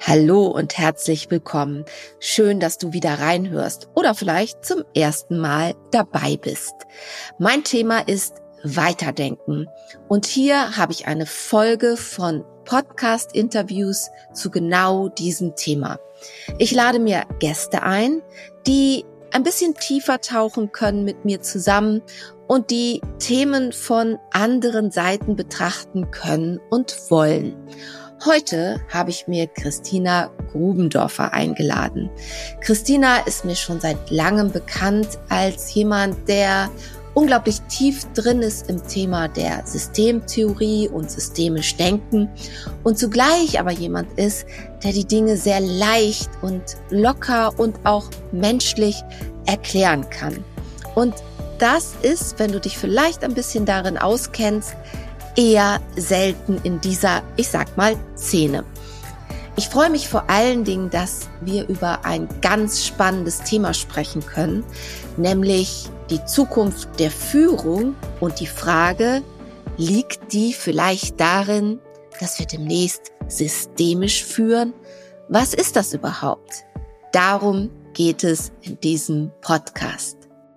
Hallo und herzlich willkommen. Schön, dass du wieder reinhörst oder vielleicht zum ersten Mal dabei bist. Mein Thema ist Weiterdenken und hier habe ich eine Folge von Podcast-Interviews zu genau diesem Thema. Ich lade mir Gäste ein, die ein bisschen tiefer tauchen können mit mir zusammen und die Themen von anderen Seiten betrachten können und wollen. Heute habe ich mir Christina Grubendorfer eingeladen. Christina ist mir schon seit langem bekannt als jemand, der unglaublich tief drin ist im Thema der Systemtheorie und systemisch Denken und zugleich aber jemand ist, der die Dinge sehr leicht und locker und auch menschlich erklären kann. Und das ist, wenn du dich vielleicht ein bisschen darin auskennst, eher selten in dieser, ich sag mal, Szene. Ich freue mich vor allen Dingen, dass wir über ein ganz spannendes Thema sprechen können, nämlich die Zukunft der Führung und die Frage, liegt die vielleicht darin, dass wir demnächst systemisch führen? Was ist das überhaupt? Darum geht es in diesem Podcast.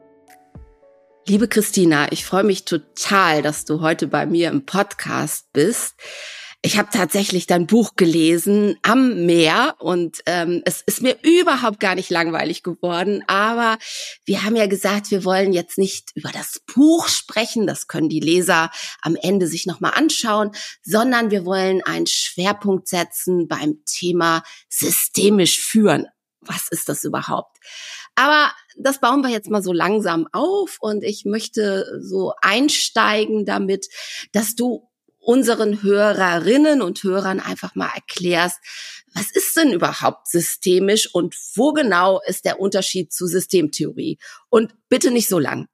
Liebe Christina, ich freue mich total, dass du heute bei mir im Podcast bist. Ich habe tatsächlich dein Buch gelesen, Am Meer, und es ist mir überhaupt gar nicht langweilig geworden. Aber wir haben ja gesagt, wir wollen jetzt nicht über das Buch sprechen, das können die Leser am Ende sich nochmal anschauen, sondern wir wollen einen Schwerpunkt setzen beim Thema systemisch führen. Was ist das überhaupt? Aber das bauen wir jetzt mal so langsam auf und ich möchte so einsteigen damit, dass du unseren Hörerinnen und Hörern einfach mal erklärst, was ist denn überhaupt systemisch und wo genau ist der Unterschied zu Systemtheorie? Und bitte nicht so lang.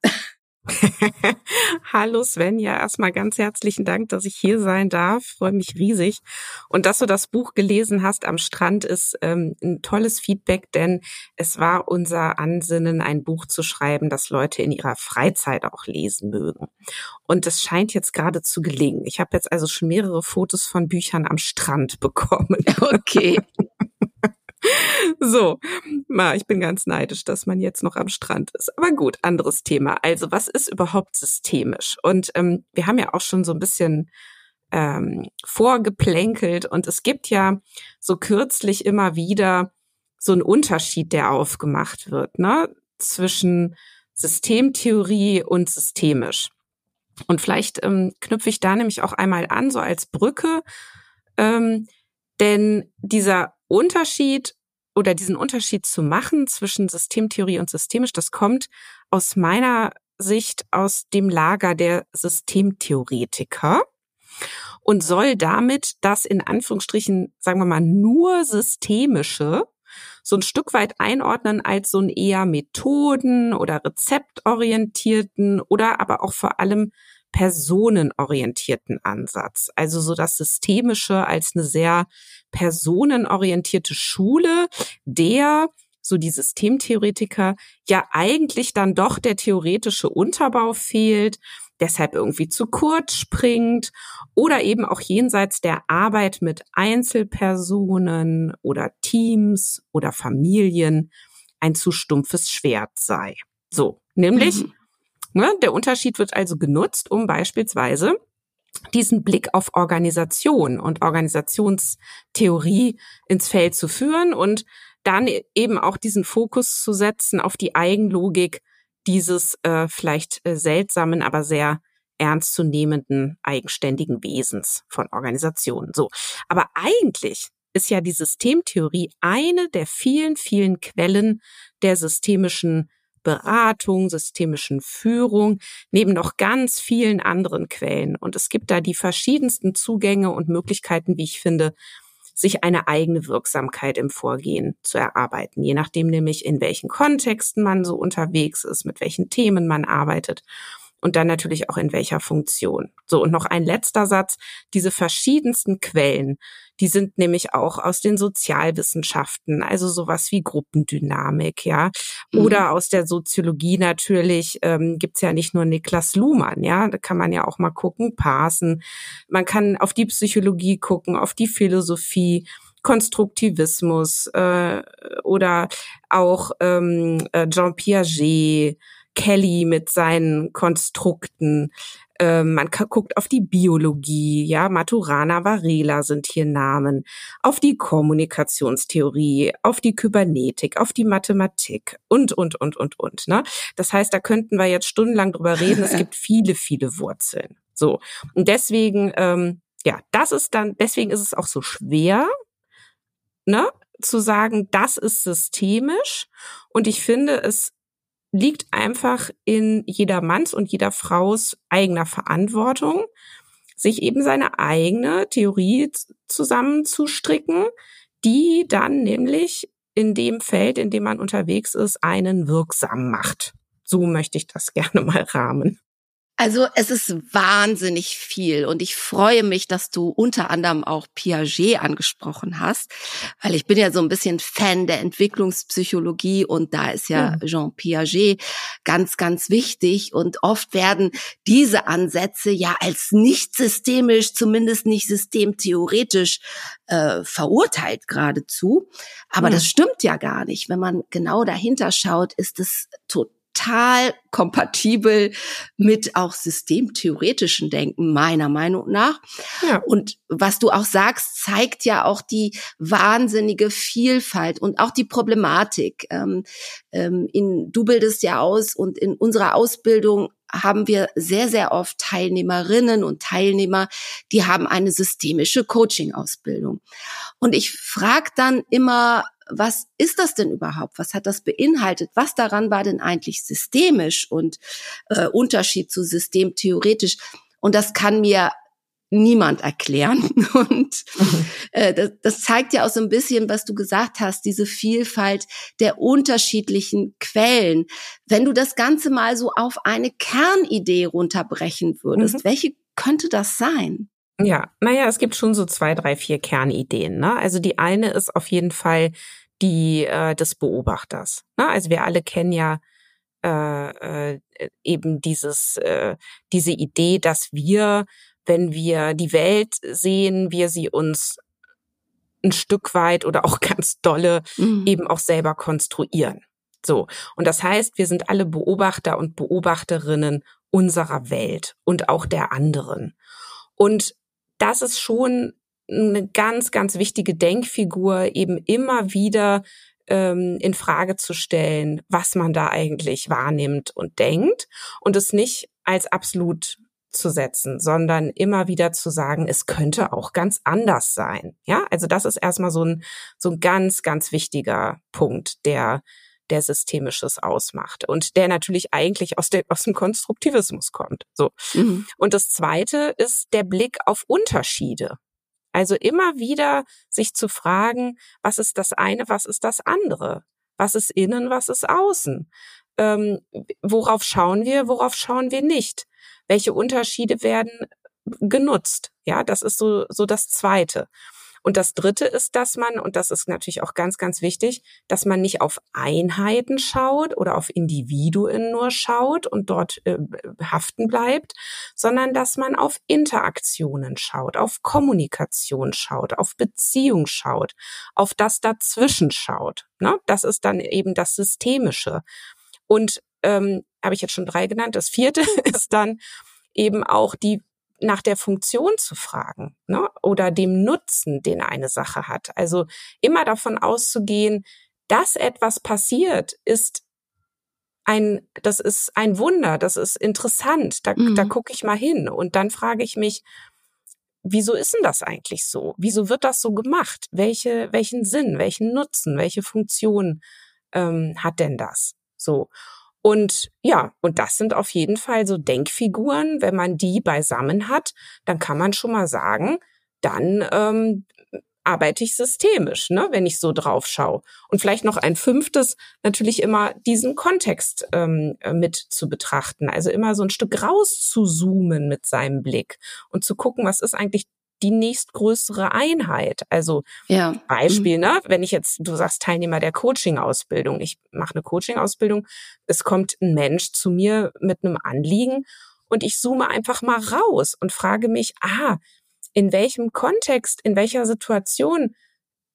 Hallo Svenja, erstmal ganz herzlichen Dank, dass ich hier sein darf. Freue mich riesig. Und dass du das Buch gelesen hast am Strand ist ein tolles Feedback, denn es war unser Ansinnen, ein Buch zu schreiben, das Leute in ihrer Freizeit auch lesen mögen. Und es scheint jetzt gerade zu gelingen. Ich habe jetzt also schon mehrere Fotos von Büchern am Strand bekommen. Okay. So, ich bin ganz neidisch, dass man jetzt noch am Strand ist. Aber gut, anderes Thema. Also, was ist überhaupt systemisch? Und wir haben ja auch schon so ein bisschen vorgeplänkelt. Und es gibt ja so kürzlich immer wieder so einen Unterschied, der aufgemacht wird, ne, zwischen Systemtheorie und systemisch. Und vielleicht knüpfe ich da nämlich auch einmal an, so als Brücke, denn dieser Unterschied oder diesen Unterschied zu machen zwischen Systemtheorie und systemisch, das kommt aus meiner Sicht aus dem Lager der Systemtheoretiker und soll damit das in Anführungsstrichen, sagen wir mal, nur systemische so ein Stück weit einordnen als so einen eher methoden- oder rezeptorientierten oder aber auch vor allem personenorientierten Ansatz. Also so das Systemische als eine sehr personenorientierte Schule, der, so die Systemtheoretiker, ja eigentlich dann doch der theoretische Unterbau fehlt, deshalb irgendwie zu kurz springt oder eben auch jenseits der Arbeit mit Einzelpersonen oder Teams oder Familien ein zu stumpfes Schwert sei. So, nämlich der Unterschied wird also genutzt, um beispielsweise diesen Blick auf Organisation und Organisationstheorie ins Feld zu führen und dann eben auch diesen Fokus zu setzen auf die Eigenlogik dieses vielleicht seltsamen, aber sehr ernstzunehmenden, eigenständigen Wesens von Organisationen. So, aber eigentlich ist ja die Systemtheorie eine der vielen, vielen Quellen der systemischen Beratung, systemischen Führung, neben noch ganz vielen anderen Quellen. Und es gibt da die verschiedensten Zugänge und Möglichkeiten, wie ich finde, sich eine eigene Wirksamkeit im Vorgehen zu erarbeiten, je nachdem nämlich, in welchen Kontexten man so unterwegs ist, mit welchen Themen man arbeitet und dann natürlich auch in welcher Funktion. So, und noch ein letzter Satz. Diese verschiedensten Quellen, die sind nämlich auch aus den Sozialwissenschaften, also sowas wie Gruppendynamik, ja, oder aus der Soziologie natürlich, gibt's ja nicht nur Niklas Luhmann, ja, da kann man ja auch mal gucken, parsen. Man kann auf die Psychologie gucken, auf die Philosophie, Konstruktivismus oder auch Jean Piaget, Kelly mit seinen Konstrukten. Man guckt auf die Biologie, ja, Maturana, Varela sind hier Namen, auf die Kommunikationstheorie, auf die Kybernetik, auf die Mathematik und, ne? Das heißt, da könnten wir jetzt stundenlang drüber reden. Es gibt viele, viele Wurzeln. So. Und deswegen, deswegen ist es auch so schwer, ne, zu sagen, das ist systemisch. Und ich finde, es liegt einfach in jeder Manns und jeder Fraus eigener Verantwortung, sich eben seine eigene Theorie zusammenzustricken, die dann nämlich in dem Feld, in dem man unterwegs ist, einen wirksam macht. So möchte ich das gerne mal rahmen. Also es ist wahnsinnig viel und ich freue mich, dass du unter anderem auch Piaget angesprochen hast, weil ich bin ja so ein bisschen Fan der Entwicklungspsychologie und da ist ja Jean Piaget ganz, ganz wichtig und oft werden diese Ansätze ja als nicht systemisch, zumindest nicht systemtheoretisch verurteilt geradezu, aber das stimmt ja gar nicht. Wenn man genau dahinter schaut, ist es total kompatibel mit auch systemtheoretischen Denken, meiner Meinung nach. Ja. Und was du auch sagst, zeigt ja auch die wahnsinnige Vielfalt und auch die Problematik. Du bildest ja aus und in unserer Ausbildung haben wir sehr, sehr oft Teilnehmerinnen und Teilnehmer, die haben eine systemische Coaching-Ausbildung. Und ich frage dann immer, was ist das denn überhaupt? Was hat das beinhaltet? Was daran war denn eigentlich systemisch und Unterschied zu systemtheoretisch? Und das kann mir niemand erklären. Und das zeigt ja auch so ein bisschen, was du gesagt hast, diese Vielfalt der unterschiedlichen Quellen. Wenn du das Ganze mal so auf eine Kernidee runterbrechen würdest, welche könnte das sein? Ja, naja, es gibt schon so 2, 3, 4 Kernideen, ne? Also die eine ist auf jeden Fall die des Beobachters, ne? Also wir alle kennen ja eben diese Idee, dass wir, wenn wir die Welt sehen, wir sie uns ein Stück weit oder auch ganz dolle eben auch selber konstruieren. So. Und das heißt, wir sind alle Beobachter und Beobachterinnen unserer Welt und auch der anderen. Und das ist schon eine ganz, ganz wichtige Denkfigur, eben immer wieder in Frage zu stellen, was man da eigentlich wahrnimmt und denkt und es nicht als absolut zu setzen, sondern immer wieder zu sagen, es könnte auch ganz anders sein. Ja, also das ist erstmal so ein ganz, ganz wichtiger Punkt, der Systemisches ausmacht und der natürlich eigentlich aus dem Konstruktivismus kommt. So. Und das Zweite ist der Blick auf Unterschiede. Also immer wieder sich zu fragen, was ist das eine, was ist das andere? Was ist innen, was ist außen? Worauf schauen wir nicht? Welche Unterschiede werden genutzt? Ja, das ist so das Zweite. Und das Dritte ist, dass man, und das ist natürlich auch ganz, ganz wichtig, dass man nicht auf Einheiten schaut oder auf Individuen nur schaut und dort haften bleibt, sondern dass man auf Interaktionen schaut, auf Kommunikation schaut, auf Beziehung schaut, auf das Dazwischen schaut. Ne? Das ist dann eben das Systemische. Und habe ich jetzt schon 3 genannt. Das 4. ist dann eben auch nach der Funktion zu fragen, ne? Oder dem Nutzen, den eine Sache hat. Also immer davon auszugehen, dass etwas passiert, das ist ein Wunder, das ist interessant, da gucke ich mal hin und dann frage ich mich, wieso ist denn das eigentlich so? Wieso wird das so gemacht? Welchen Sinn, welchen Nutzen, welche Funktion hat denn das? So. Und ja, und das sind auf jeden Fall so Denkfiguren. Wenn man die beisammen hat, dann kann man schon mal sagen, dann arbeite ich systemisch, ne, wenn ich so drauf schaue. Und vielleicht noch ein 5. natürlich immer diesen Kontext mit zu betrachten. Also immer so ein Stück raus zu zoomen mit seinem Blick und zu gucken, was ist eigentlich die nächstgrößere Einheit. Also Beispiel, ne, wenn du sagst Teilnehmer der Coaching-Ausbildung, ich mache eine Coaching-Ausbildung, es kommt ein Mensch zu mir mit einem Anliegen und ich zoome einfach mal raus und frage mich, in welchem Kontext, in welcher Situation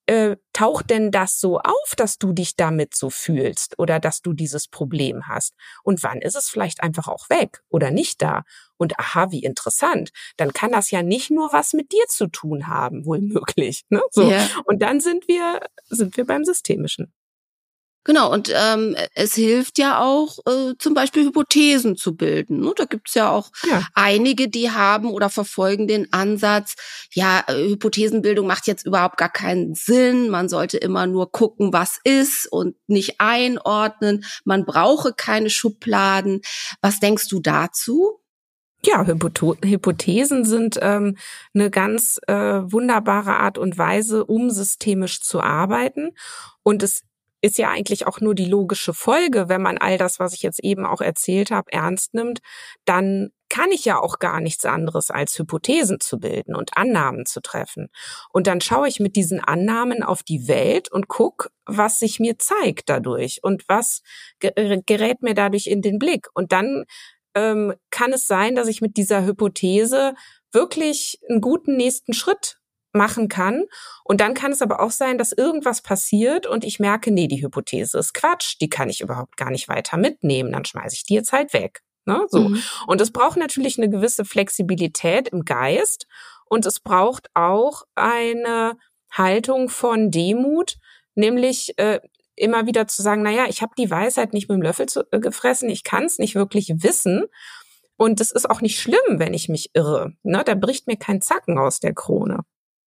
taucht denn das so auf, dass du dich damit so fühlst oder dass du dieses Problem hast? Und wann ist es vielleicht einfach auch weg oder nicht da? Und aha, wie interessant. Dann kann das ja nicht nur was mit dir zu tun haben, wohl möglich. Ne? So. Ja. Und dann sind wir beim Systemischen. Genau, und es hilft ja auch, zum Beispiel Hypothesen zu bilden. Ne? Da gibt's ja auch einige, die haben oder verfolgen den Ansatz, ja, Hypothesenbildung macht jetzt überhaupt gar keinen Sinn. Man sollte immer nur gucken, was ist und nicht einordnen. Man brauche keine Schubladen. Was denkst du dazu? Ja, Hypothesen sind eine ganz wunderbare Art und Weise, um systemisch zu arbeiten. Und es ist ja eigentlich auch nur die logische Folge, wenn man all das, was ich jetzt eben auch erzählt habe, ernst nimmt, dann kann ich ja auch gar nichts anderes als Hypothesen zu bilden und Annahmen zu treffen. Und dann schaue ich mit diesen Annahmen auf die Welt und gucke, was sich mir zeigt dadurch und was gerät mir dadurch in den Blick. Und dann kann es sein, dass ich mit dieser Hypothese wirklich einen guten nächsten Schritt machen kann. Und dann kann es aber auch sein, dass irgendwas passiert und ich merke, nee, die Hypothese ist Quatsch, die kann ich überhaupt gar nicht weiter mitnehmen, dann schmeiße ich die jetzt halt weg. Ne? So. Mhm. Und es braucht natürlich eine gewisse Flexibilität im Geist und es braucht auch eine Haltung von Demut, nämlich immer wieder zu sagen, naja, ich habe die Weisheit nicht mit dem Löffel gefressen, ich kann es nicht wirklich wissen und es ist auch nicht schlimm, wenn ich mich irre. Ne? Da bricht mir kein Zacken aus der Krone.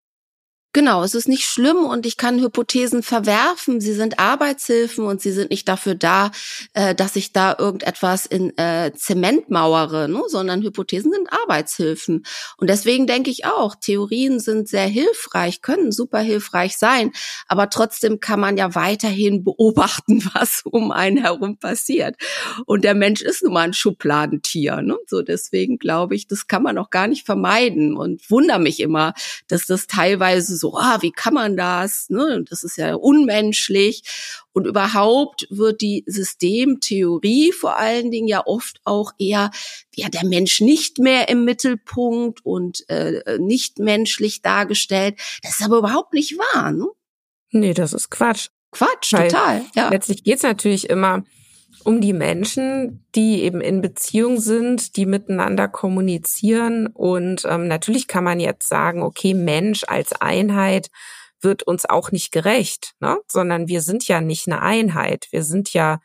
Genau, es ist nicht schlimm und ich kann Hypothesen verwerfen. Sie sind Arbeitshilfen und sie sind nicht dafür da, dass ich da irgendetwas in Zement mauere, ne? Sondern Hypothesen sind Arbeitshilfen. Und deswegen denke ich auch, Theorien sind sehr hilfreich, können super hilfreich sein, aber trotzdem kann man ja weiterhin beobachten, was um einen herum passiert. Und der Mensch ist nun mal ein Schubladentier, ne? So deswegen glaube ich, das kann man auch gar nicht vermeiden und wundere mich immer, dass das teilweise so, wie kann man das? Ne? Das ist ja unmenschlich. Und überhaupt wird die Systemtheorie vor allen Dingen ja oft auch eher, ja, der Mensch nicht mehr im Mittelpunkt und nicht menschlich dargestellt. Das ist aber überhaupt nicht wahr, ne? Nee, das ist Quatsch. Quatsch, Weil total. Ja. letztlich geht's natürlich immer um die Menschen, die eben in Beziehung sind, die miteinander kommunizieren. Und natürlich kann man jetzt sagen, okay, Mensch als Einheit wird uns auch nicht gerecht, ne? Sondern wir sind ja nicht eine Einheit. Wir sind ja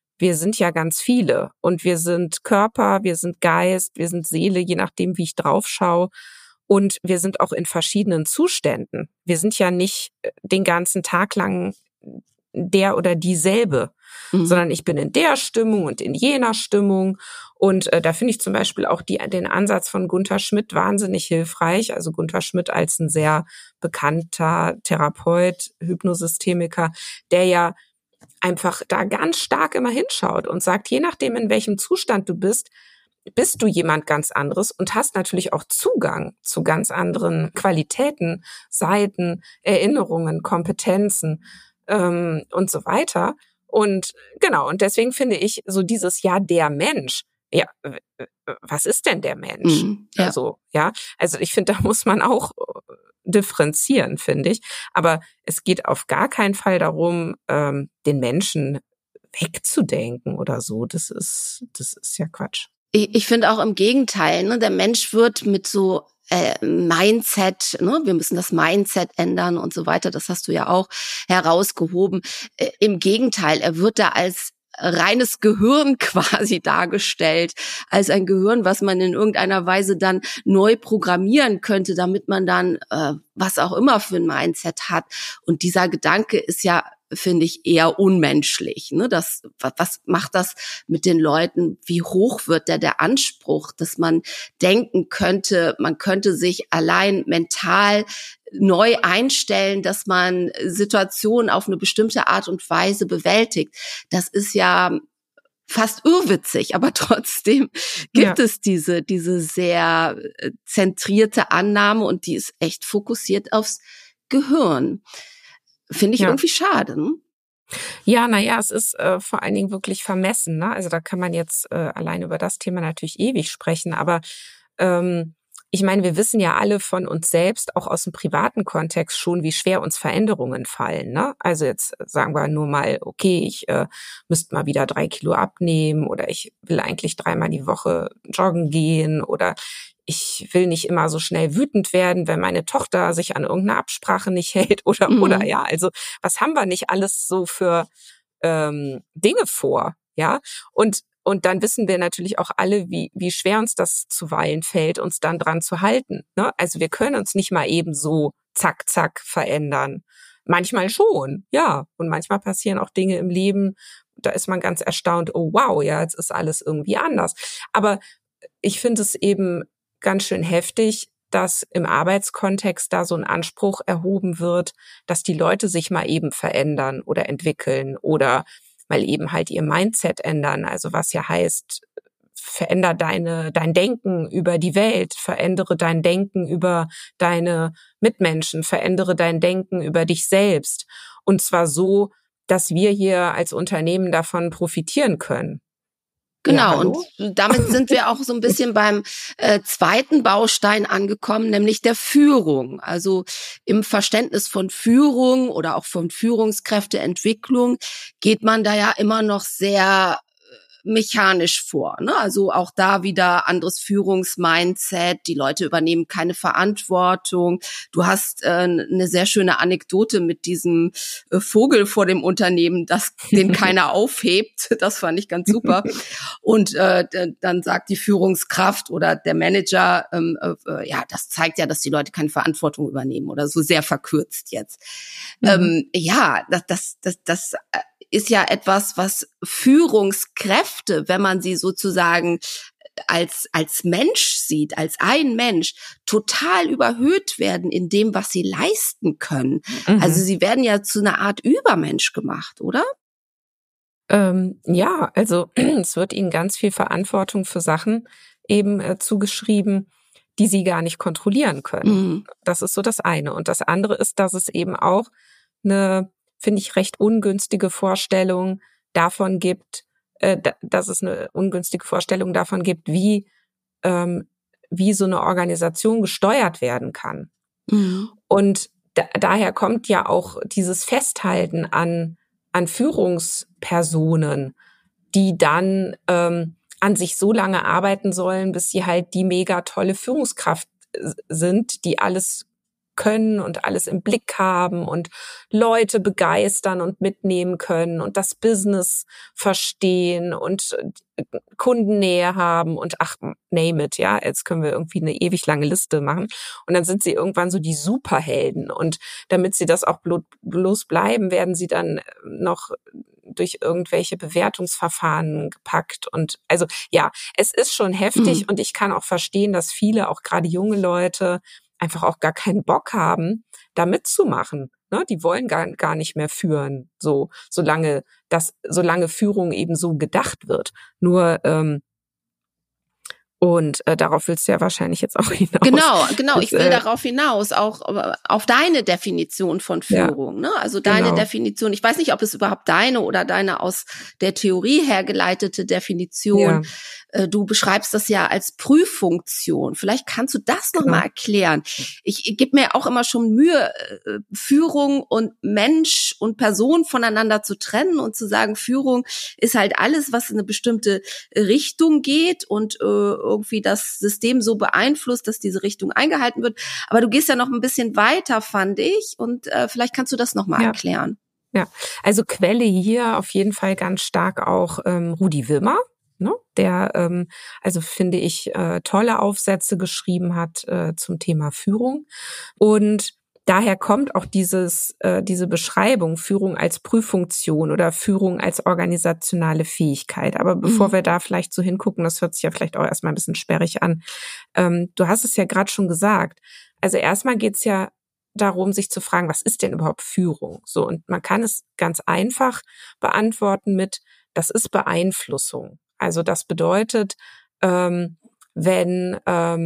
ganz viele. Und wir sind Körper, wir sind Geist, wir sind Seele, je nachdem, wie ich drauf schaue. Und wir sind auch in verschiedenen Zuständen. Wir sind ja nicht den ganzen Tag lang der oder dieselbe, sondern ich bin in der Stimmung und in jener Stimmung. Und da finde ich zum Beispiel auch den Ansatz von Gunther Schmidt wahnsinnig hilfreich. Also Gunther Schmidt als ein sehr bekannter Therapeut, Hypnosystemiker, der ja einfach da ganz stark immer hinschaut und sagt, je nachdem, in welchem Zustand du bist du jemand ganz anderes und hast natürlich auch Zugang zu ganz anderen Qualitäten, Seiten, Erinnerungen, Kompetenzen und so weiter. Und genau, und deswegen finde ich so dieses der Mensch, ja, was ist denn der Mensch? Ja. Also ich finde, da muss man auch differenzieren, finde ich. Aber es geht auf gar keinen Fall darum, den Menschen wegzudenken oder so. Das ist ja Quatsch. Ich finde auch im Gegenteil, ne, der Mensch wird mit so Mindset, ne, wir müssen das Mindset ändern und so weiter, das hast du ja auch herausgehoben. Im Gegenteil, er wird da als reines Gehirn quasi dargestellt, als ein Gehirn, was man in irgendeiner Weise dann neu programmieren könnte, damit man dann was auch immer für ein Mindset hat. Und dieser Gedanke ist ja, finde ich, eher unmenschlich. Ne? Was macht das mit den Leuten? Wie hoch wird der Anspruch, dass man denken könnte, man könnte sich allein mental neu einstellen, dass man Situationen auf eine bestimmte Art und Weise bewältigt. Das ist ja fast irrwitzig, aber trotzdem gibt es diese sehr zentrierte Annahme und die ist echt fokussiert aufs Gehirn. Finde ich irgendwie schade, ne? Ja, es ist vor allen Dingen wirklich vermessen, ne? Also da kann man jetzt allein über das Thema natürlich ewig sprechen, aber ich meine, wir wissen ja alle von uns selbst, auch aus dem privaten Kontext schon, wie schwer uns Veränderungen fallen, ne? Also jetzt sagen wir nur mal, okay, ich müsste mal wieder 3 Kilo abnehmen oder ich will eigentlich 3-mal die Woche joggen gehen oder ich will nicht immer so schnell wütend werden, wenn meine Tochter sich an irgendeine Absprache nicht hält oder, ja. Also was haben wir nicht alles so für Dinge vor, ja? Und dann wissen wir natürlich auch alle, wie schwer uns das zuweilen fällt, uns dann dran zu halten, ne? Also wir können uns nicht mal eben so zack, zack verändern. Manchmal schon, ja. Und manchmal passieren auch Dinge im Leben, da ist man ganz erstaunt, oh wow, ja, jetzt ist alles irgendwie anders. Aber ich finde es eben ganz schön heftig, dass im Arbeitskontext da so ein Anspruch erhoben wird, dass die Leute sich mal eben verändern oder entwickeln oder mal eben halt ihr Mindset ändern. Also was ja heißt, veränder dein Denken über die Welt, verändere dein Denken über deine Mitmenschen, verändere dein Denken über dich selbst. Und zwar so, dass wir hier als Unternehmen davon profitieren können. Genau, ja, und damit sind wir auch so ein bisschen beim zweiten Baustein angekommen, nämlich der Führung. Also im Verständnis von Führung oder auch von Führungskräfteentwicklung geht man da ja immer noch sehr mechanisch vor, ne? Also auch da wieder anderes Führungsmindset, die Leute übernehmen keine Verantwortung. Du hast eine sehr schöne Anekdote mit diesem Vogel vor dem Unternehmen, den keiner aufhebt. Das fand ich ganz super. Und dann sagt die Führungskraft oder der Manager, ja, das zeigt ja, dass die Leute keine Verantwortung übernehmen oder so, sehr verkürzt jetzt. Ja, das ist ja etwas, was Führungskräfte, wenn man sie sozusagen als Mensch sieht, als ein Mensch, total überhöht werden in dem, was sie leisten können. Also sie werden ja zu einer Art Übermensch gemacht, oder? Ja, also es wird ihnen ganz viel Verantwortung für Sachen eben zugeschrieben, die sie gar nicht kontrollieren können. Das ist so das eine. Und das andere ist, dass es eben auch eine, finde ich, recht ungünstige Vorstellung davon gibt, dass es eine ungünstige Vorstellung davon gibt, wie so eine Organisation gesteuert werden kann. Und daher kommt ja auch dieses Festhalten an Führungspersonen, die dann an sich so lange arbeiten sollen, bis sie halt die mega tolle Führungskraft sind, die alles können und alles im Blick haben und Leute begeistern und mitnehmen können und das Business verstehen und Kundennähe haben und ach, name it, ja, jetzt können wir irgendwie eine ewig lange Liste machen und dann sind sie irgendwann so die Superhelden und damit sie das auch bloß bleiben, werden sie dann noch durch irgendwelche Bewertungsverfahren gepackt und also ja, es ist schon heftig und ich kann auch verstehen, dass viele, auch gerade junge Leute, einfach auch gar keinen Bock haben, da mitzumachen. Ne? Die wollen gar nicht mehr führen, solange Führung eben so gedacht wird. Nur darauf willst du ja wahrscheinlich jetzt auch hinaus. Genau. Ich will darauf hinaus, auch auf deine Definition von Führung. Ja, ne? Also deine Definition. Ich weiß nicht, ob es überhaupt deine oder deine aus der Theorie hergeleitete Definition. Ja. Du beschreibst das ja als Prüffunktion. Vielleicht kannst du das nochmal erklären. Ich gebe mir auch immer schon Mühe, Führung und Mensch und Person voneinander zu trennen und zu sagen, Führung ist halt alles, was in eine bestimmte Richtung geht und irgendwie das System so beeinflusst, dass diese Richtung eingehalten wird. Aber du gehst ja noch ein bisschen weiter, fand ich. Und vielleicht kannst du das nochmal erklären. Ja, also Quelle hier auf jeden Fall ganz stark auch Rudi Wimmer, ne? Der, also finde ich, tolle Aufsätze geschrieben hat zum Thema Führung. Und daher kommt auch diese Beschreibung, Führung als Prüffunktion oder Führung als organisationale Fähigkeit. Aber bevor wir da vielleicht so hingucken, das hört sich ja vielleicht auch erstmal ein bisschen sperrig an. Du hast es ja gerade schon gesagt. Also erstmal geht's ja darum, sich zu fragen, was ist denn überhaupt Führung? So, und man kann es ganz einfach beantworten mit, das ist Beeinflussung. Also das bedeutet, wenn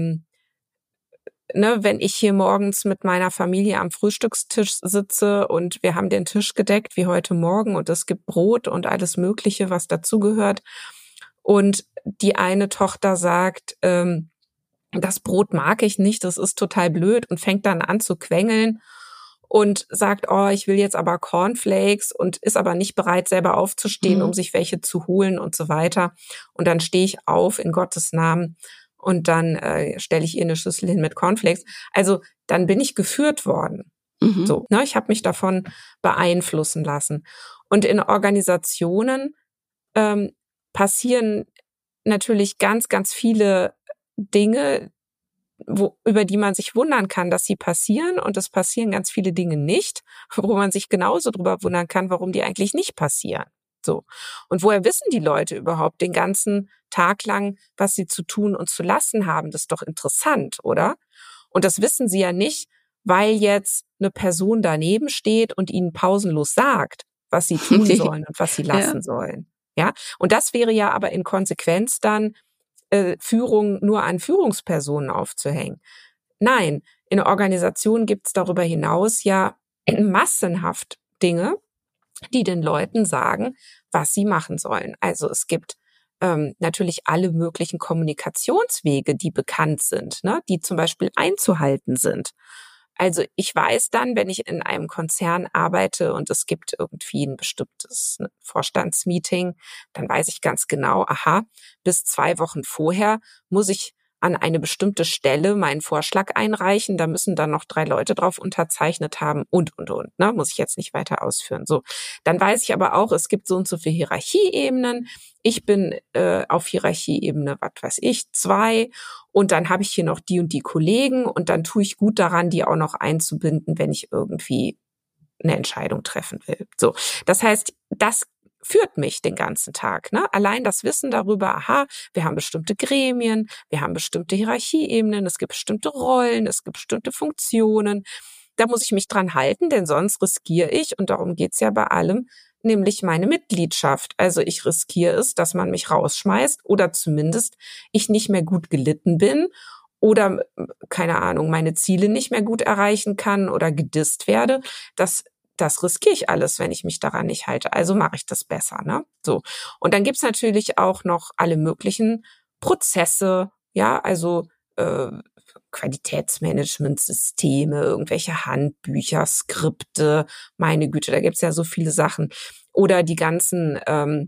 ich hier morgens mit meiner Familie am Frühstückstisch sitze und wir haben den Tisch gedeckt wie heute Morgen und es gibt Brot und alles Mögliche, was dazugehört und die eine Tochter sagt, das Brot mag ich nicht, das ist total blöd und fängt dann an zu quengeln und sagt, oh, ich will jetzt aber Cornflakes und ist aber nicht bereit, selber aufzustehen, um sich welche zu holen und so weiter. Und dann stehe ich auf in Gottes Namen und dann stelle ich ihr eine Schüssel hin mit Cornflakes. Also dann bin ich geführt worden. So, ne, ich habe mich davon beeinflussen lassen. Und in Organisationen passieren natürlich ganz, ganz viele Dinge, über die man sich wundern kann, dass sie passieren. Und es passieren ganz viele Dinge nicht, wo man sich genauso drüber wundern kann, warum die eigentlich nicht passieren. So. Und woher wissen die Leute überhaupt den ganzen Tag lang, was sie zu tun und zu lassen haben? Das ist doch interessant, oder? Und das wissen sie ja nicht, weil jetzt eine Person daneben steht und ihnen pausenlos sagt, was sie tun sollen und was sie lassen sollen. Ja? Und das wäre ja aber in Konsequenz dann Führung nur an Führungspersonen aufzuhängen. Nein, in Organisationen gibt es darüber hinaus ja massenhaft Dinge, die den Leuten sagen, was sie machen sollen. Also es gibt natürlich alle möglichen Kommunikationswege, die bekannt sind, ne, die zum Beispiel einzuhalten sind. Also ich weiß dann, wenn ich in einem Konzern arbeite und es gibt irgendwie ein bestimmtes Vorstandsmeeting, dann weiß ich ganz genau, aha, bis 2 Wochen vorher muss ich an eine bestimmte Stelle meinen Vorschlag einreichen. Da müssen dann noch 3 Leute drauf unterzeichnet haben und. Ne? Muss ich jetzt nicht weiter ausführen. So, dann weiß ich aber auch, es gibt so und so viele Hierarchieebenen. Ich bin auf Hierarchieebene, 2. Und dann habe ich hier noch die und die Kollegen. Und dann tue ich gut daran, die auch noch einzubinden, wenn ich irgendwie eine Entscheidung treffen will. So, das heißt, das führt mich den ganzen Tag. Ne? Allein das Wissen darüber, aha, wir haben bestimmte Gremien, wir haben bestimmte Hierarchieebenen, es gibt bestimmte Rollen, es gibt bestimmte Funktionen. Da muss ich mich dran halten, denn sonst riskiere ich, und darum geht's ja bei allem, nämlich meine Mitgliedschaft. Also ich riskiere es, dass man mich rausschmeißt oder zumindest ich nicht mehr gut gelitten bin oder, keine Ahnung, meine Ziele nicht mehr gut erreichen kann oder gedisst werde. Das riskiere ich alles, wenn ich mich daran nicht halte. Also mache ich das besser, ne? So. Und dann gibt's natürlich auch noch alle möglichen Prozesse, ja, also Qualitätsmanagementsysteme, irgendwelche Handbücher, Skripte, meine Güte, da gibt's ja so viele Sachen. Oder die ganze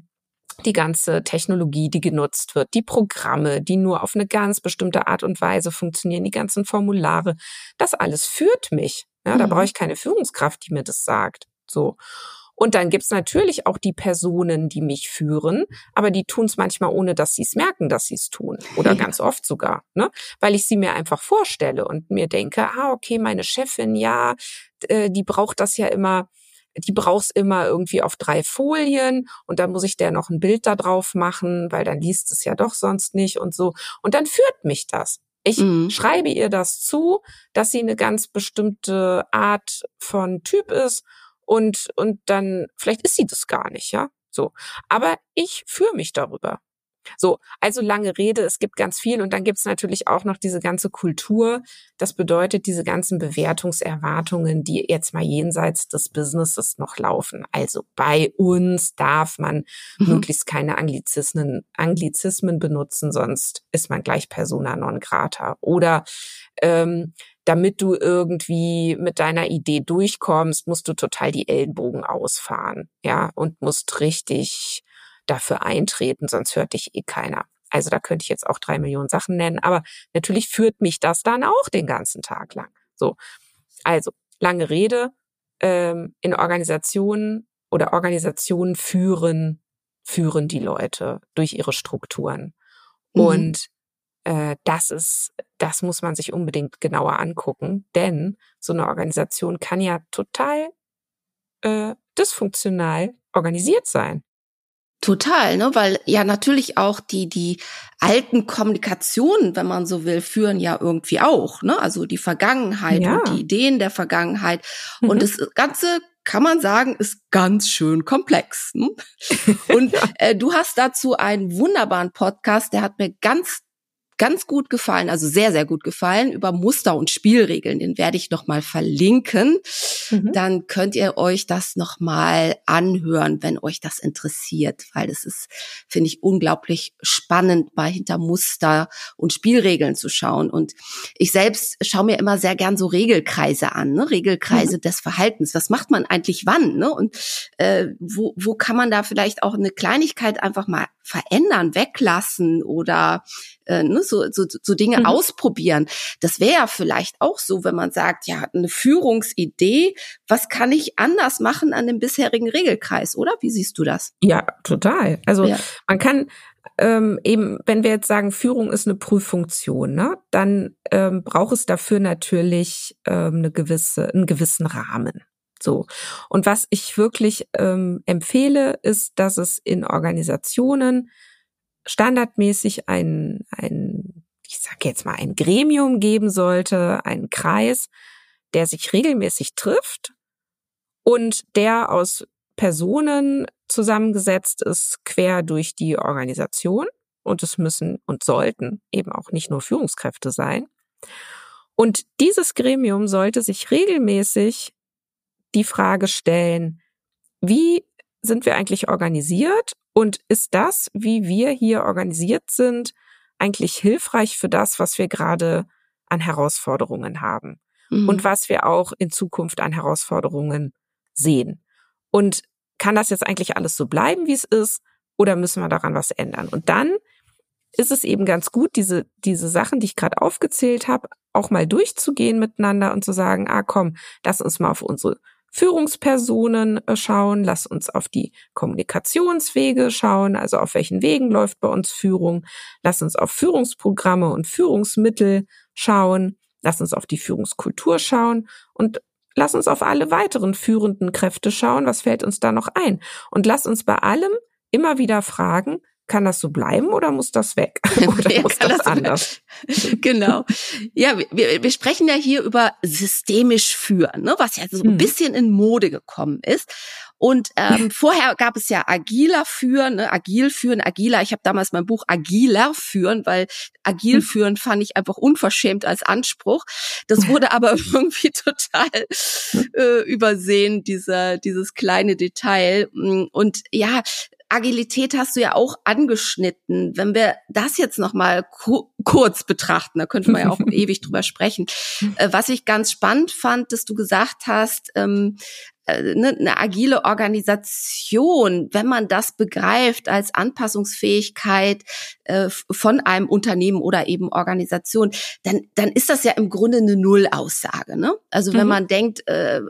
Technologie, die genutzt wird, die Programme, die nur auf eine ganz bestimmte Art und Weise funktionieren, die ganzen Formulare, das alles führt mich. Ja, da brauche ich keine Führungskraft, die mir das sagt. So. Und dann gibt's natürlich auch die Personen, die mich führen, aber die tun's manchmal, ohne dass sie es merken, dass sie es tun. Oder ganz oft sogar, ne? Weil ich sie mir einfach vorstelle und mir denke, okay, meine Chefin, ja, die braucht das ja immer, die braucht's immer irgendwie auf 3 Folien und dann muss ich der noch ein Bild da drauf machen, weil dann liest es ja doch sonst nicht und so. Und dann führt mich das. Ich schreibe ihr das zu, dass sie eine ganz bestimmte Art von Typ ist und dann, vielleicht ist sie das gar nicht, ja, so. Aber ich führe mich darüber. So, also lange Rede, es gibt ganz viel und dann gibt's natürlich auch noch diese ganze Kultur. Das bedeutet diese ganzen Bewertungserwartungen, die jetzt mal jenseits des Businesses noch laufen. Also bei uns darf man möglichst keine Anglizismen benutzen, sonst ist man gleich persona non grata. Oder damit du irgendwie mit deiner Idee durchkommst, musst du total die Ellenbogen ausfahren, ja, und musst richtig dafür eintreten, sonst hört dich keiner. Also da könnte ich jetzt auch 3 Millionen Sachen nennen, aber natürlich führt mich das dann auch den ganzen Tag lang. So, also lange Rede, in Organisationen oder Organisationen führen die Leute durch ihre Strukturen. Und das muss man sich unbedingt genauer angucken, denn so eine Organisation kann ja total dysfunktional organisiert sein. Total, ne, weil ja natürlich auch die alten Kommunikationen, wenn man so will, führen ja irgendwie auch, ne, also die Vergangenheit und die Ideen der Vergangenheit und das Ganze, kann man sagen, ist ganz schön komplex. Ne? Und du hast dazu einen wunderbaren Podcast, der hat mir ganz ganz gut gefallen, also sehr, sehr gut gefallen, über Muster und Spielregeln. Den werde ich nochmal verlinken. Dann könnt ihr euch das nochmal anhören, wenn euch das interessiert, weil das ist, finde ich, unglaublich spannend, mal hinter Muster und Spielregeln zu schauen. Und ich selbst schaue mir immer sehr gern so Regelkreise an, ne? Regelkreise des Verhaltens. Was macht man eigentlich wann? Ne? Und wo kann man da vielleicht auch eine Kleinigkeit einfach mal verändern, weglassen oder so Dinge ausprobieren. Das wäre ja vielleicht auch so, wenn man sagt, ja, eine Führungsidee, was kann ich anders machen an dem bisherigen Regelkreis, oder? Wie siehst du das? Ja, total. Also man kann eben, wenn wir jetzt sagen, Führung ist eine Prüffunktion, ne, dann braucht es dafür natürlich einen gewissen Rahmen. So. Und was ich wirklich empfehle, ist, dass es in Organisationen standardmäßig ich sage jetzt mal, ein Gremium geben sollte, einen Kreis, der sich regelmäßig trifft und der aus Personen zusammengesetzt ist, quer durch die Organisation. Und es müssen und sollten eben auch nicht nur Führungskräfte sein. Und dieses Gremium sollte sich regelmäßig die Frage stellen, wie sind wir eigentlich organisiert und ist das, wie wir hier organisiert sind, eigentlich hilfreich für das, was wir gerade an Herausforderungen haben und was wir auch in Zukunft an Herausforderungen sehen. Und kann das jetzt eigentlich alles so bleiben, wie es ist, oder müssen wir daran was ändern? Und dann ist es eben ganz gut, diese Sachen, die ich gerade aufgezählt habe, auch mal durchzugehen miteinander und zu sagen, komm, lass uns mal auf unsere Führungspersonen schauen, lass uns auf die Kommunikationswege schauen, also auf welchen Wegen läuft bei uns Führung, lass uns auf Führungsprogramme und Führungsmittel schauen, lass uns auf die Führungskultur schauen und lass uns auf alle weiteren führenden Kräfte schauen, was fällt uns da noch ein? Und lass uns bei allem immer wieder fragen, kann das so bleiben oder muss das weg? Oder muss das anders? Genau. Ja, wir sprechen ja hier über systemisch führen, ne, was ja so ein bisschen in Mode gekommen ist. Und vorher gab es ja agiler führen, ne, agil führen, agiler. Ich habe damals mein Buch Agiler führen, weil agil führen fand ich einfach unverschämt als Anspruch. Das wurde aber irgendwie total übersehen, dieses kleine Detail. Und ja, Agilität hast du ja auch angeschnitten. Wenn wir das jetzt noch mal kurz betrachten, da könnte man ja auch ewig drüber sprechen. Was ich ganz spannend fand, dass du gesagt hast, eine agile Organisation, wenn man das begreift als Anpassungsfähigkeit von einem Unternehmen oder eben Organisation, dann ist das ja im Grunde eine Nullaussage, ne? Also wenn man denkt,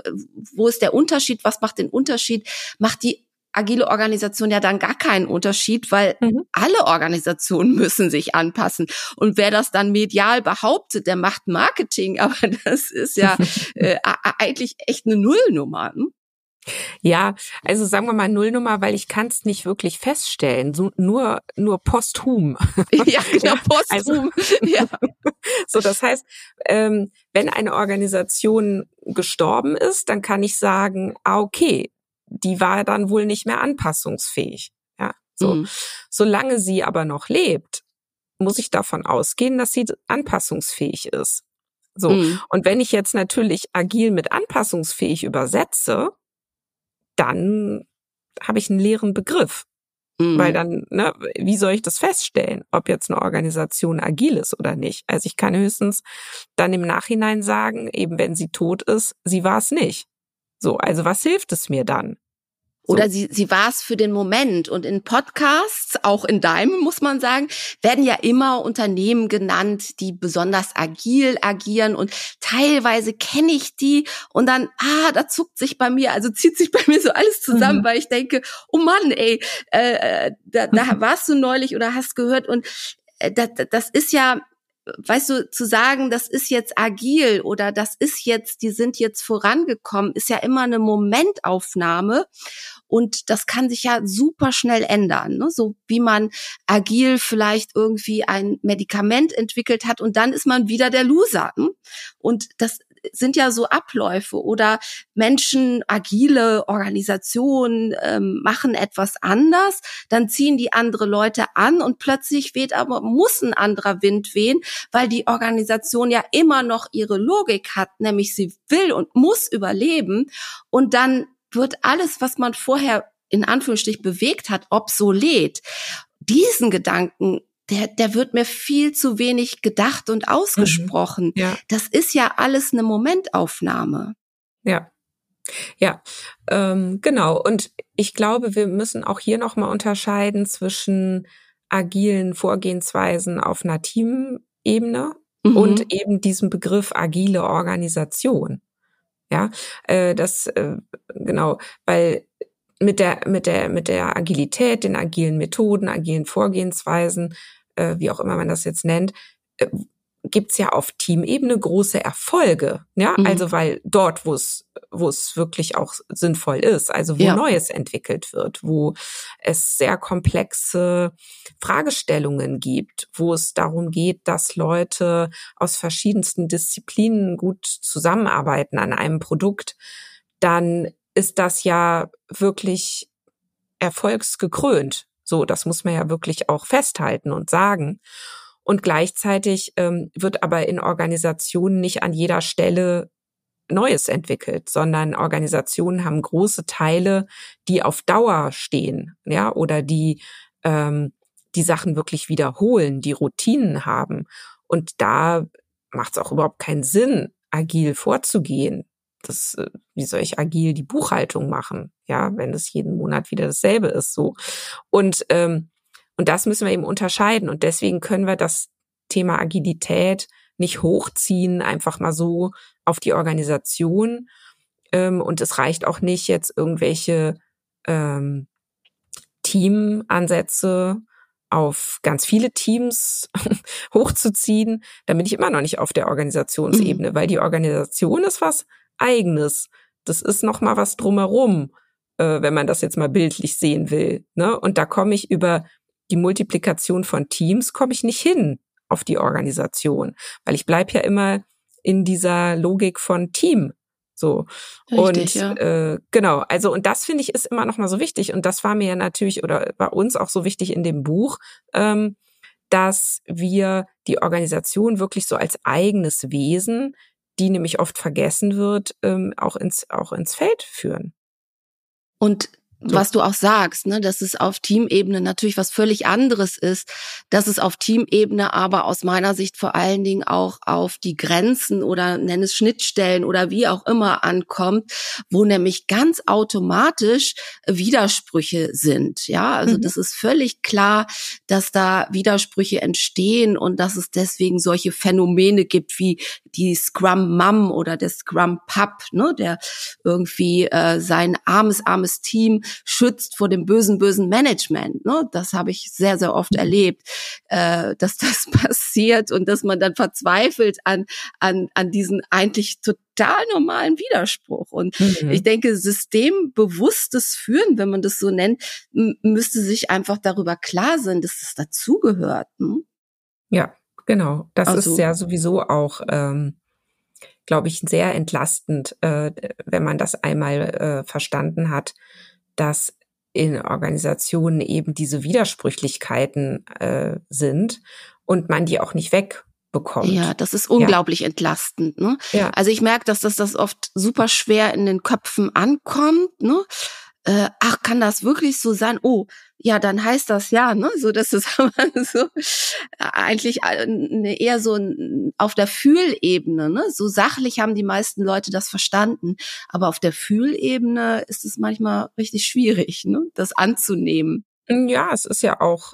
wo ist der Unterschied, was macht den Unterschied, macht die agile Organisation ja dann gar keinen Unterschied, weil alle Organisationen müssen sich anpassen. Und wer das dann medial behauptet, der macht Marketing, aber das ist ja eigentlich echt eine Nullnummer. Hm? Ja, also sagen wir mal Nullnummer, weil ich kann es nicht wirklich feststellen, so nur posthum. Ja, genau, posthum. Ja. So, das heißt, wenn eine Organisation gestorben ist, dann kann ich sagen, okay, die war dann wohl nicht mehr anpassungsfähig. Ja, so. Solange sie aber noch lebt, muss ich davon ausgehen, dass sie anpassungsfähig ist. So. Und wenn ich jetzt natürlich agil mit anpassungsfähig übersetze, dann habe ich einen leeren Begriff. Weil dann, ne, wie soll ich das feststellen, ob jetzt eine Organisation agil ist oder nicht? Also ich kann höchstens dann im Nachhinein sagen, eben wenn sie tot ist, sie war es nicht. So, also was hilft es mir dann? So. Oder sie war es für den Moment. Und in Podcasts, auch in deinem, muss man sagen, werden ja immer Unternehmen genannt, die besonders agil agieren. Und teilweise kenne ich die und dann, da zieht sich bei mir so alles zusammen, weil ich denke, oh Mann, ey, da warst du neulich oder hast gehört. Und das ist ja, weißt du, zu sagen, das ist jetzt agil oder die sind jetzt vorangekommen, ist ja immer eine Momentaufnahme und das kann sich ja super schnell ändern, ne? So wie man agil vielleicht irgendwie ein Medikament entwickelt hat und dann ist man wieder der Loser. Ne? Und das sind ja so Abläufe oder Menschen, agile Organisationen machen etwas anders, dann ziehen die andere Leute an und plötzlich muss ein anderer Wind wehen, weil die Organisation ja immer noch ihre Logik hat, nämlich sie will und muss überleben und dann wird alles, was man vorher in Anführungsstrich bewegt hat, obsolet. Diesen Gedanken, der wird mir viel zu wenig gedacht und ausgesprochen. Ja. Das ist ja alles eine Momentaufnahme. Ja. Ja, genau. Und ich glaube, wir müssen auch hier nochmal unterscheiden zwischen agilen Vorgehensweisen auf einer Teamebene und eben diesem Begriff agile Organisation. Ja, genau, weil mit der Agilität, den agilen Methoden, agilen Vorgehensweisen, wie auch immer man das jetzt nennt, gibt's ja auf Teamebene große Erfolge, ja, also weil dort, wo es wirklich auch sinnvoll ist, also wo Neues entwickelt wird, wo es sehr komplexe Fragestellungen gibt, wo es darum geht, dass Leute aus verschiedensten Disziplinen gut zusammenarbeiten an einem Produkt, dann ist das ja wirklich erfolgsgekrönt. So, das muss man ja wirklich auch festhalten und sagen. Und gleichzeitig wird aber in Organisationen nicht an jeder Stelle Neues entwickelt, sondern Organisationen haben große Teile, die auf Dauer stehen, ja, oder die Sachen wirklich wiederholen, die Routinen haben. Und da macht es auch überhaupt keinen Sinn, agil vorzugehen. Wie soll ich agil die Buchhaltung machen, ja, wenn es jeden Monat wieder dasselbe ist, so. Und das müssen wir eben unterscheiden. Und deswegen können wir das Thema Agilität nicht hochziehen, einfach mal so auf die Organisation. Und es reicht auch nicht, jetzt irgendwelche Teamansätze auf ganz viele Teams hochzuziehen. Da bin ich immer noch nicht auf der Organisationsebene, weil die Organisation ist was Eigenes. Das ist noch mal was drumherum, wenn man das jetzt mal bildlich sehen will, ne? Und da komme ich über die Multiplikation von Teams komme ich nicht hin auf die Organisation, weil ich bleib ja immer in dieser Logik von Team. So. Richtig, und genau, also und das finde ich ist immer noch mal so wichtig und das war mir ja natürlich oder bei uns auch so wichtig in dem Buch, dass wir die Organisation wirklich so als eigenes Wesen, die nämlich oft vergessen wird, auch ins Feld führen. Und was du auch sagst, ne, dass es auf Teamebene natürlich was völlig anderes ist, dass es auf Teamebene aber aus meiner Sicht vor allen Dingen auch auf die Grenzen oder nenn es Schnittstellen oder wie auch immer ankommt, wo nämlich ganz automatisch Widersprüche sind. Ja, also das ist völlig klar, dass da Widersprüche entstehen und dass es deswegen solche Phänomene gibt wie die Scrum Mom oder der Scrum Pup, ne, der irgendwie sein armes Team schützt vor dem bösen Management. Ne? Das habe ich sehr, sehr oft erlebt, dass das passiert und dass man dann verzweifelt an diesen eigentlich total normalen Widerspruch. Und ich denke, systembewusstes Führen, wenn man das so nennt, müsste sich einfach darüber klar sein, dass das dazugehört. Ne? Ja, genau. Das ist ja sowieso auch glaube ich, sehr entlastend, wenn man das einmal verstanden hat, dass in Organisationen eben diese Widersprüchlichkeiten sind und man die auch nicht wegbekommt. Ja, das ist unglaublich entlastend. Ne? Ja. Also ich merke, dass das oft super schwer in den Köpfen ankommt. Ne? Ach, kann das wirklich so sein? Oh, ja, dann heißt das ja, ne? So, dass es aber so eigentlich eher so auf der Fühlebene, ne? So sachlich haben die meisten Leute das verstanden, aber auf der Fühlebene ist es manchmal richtig schwierig, ne? Das anzunehmen. Ja, es ist ja auch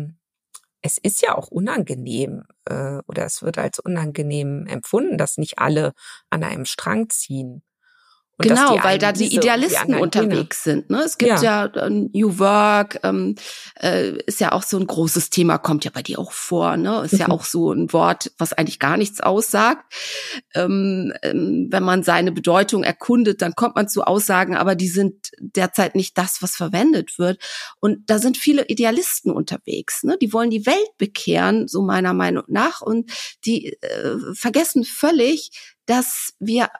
unangenehm oder es wird als unangenehm empfunden, dass nicht alle an einem Strang ziehen. Und genau, weil da die Idealisten unterwegs sind. Ne? Es gibt ja New Work, ist ja auch so ein großes Thema, kommt ja bei dir auch vor. Ne? Ist ja auch so ein Wort, was eigentlich gar nichts aussagt. Wenn man seine Bedeutung erkundet, dann kommt man zu Aussagen, aber die sind derzeit nicht das, was verwendet wird. Und da sind viele Idealisten unterwegs. Ne? Die wollen die Welt bekehren, so meiner Meinung nach. Und die vergessen völlig, dass wir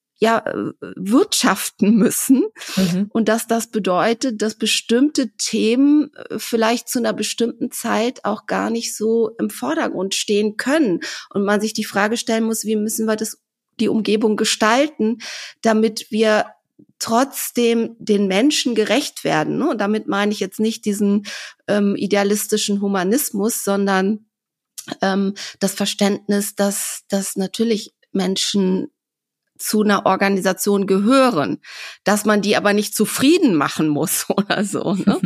wirtschaften müssen und dass das bedeutet, dass bestimmte Themen vielleicht zu einer bestimmten Zeit auch gar nicht so im Vordergrund stehen können und man sich die Frage stellen muss, wie müssen wir die Umgebung gestalten, damit wir trotzdem den Menschen gerecht werden. Ne? Und damit meine ich jetzt nicht diesen idealistischen Humanismus, sondern das Verständnis, dass natürlich Menschen zu einer Organisation gehören, dass man die aber nicht zufrieden machen muss oder so. Ne?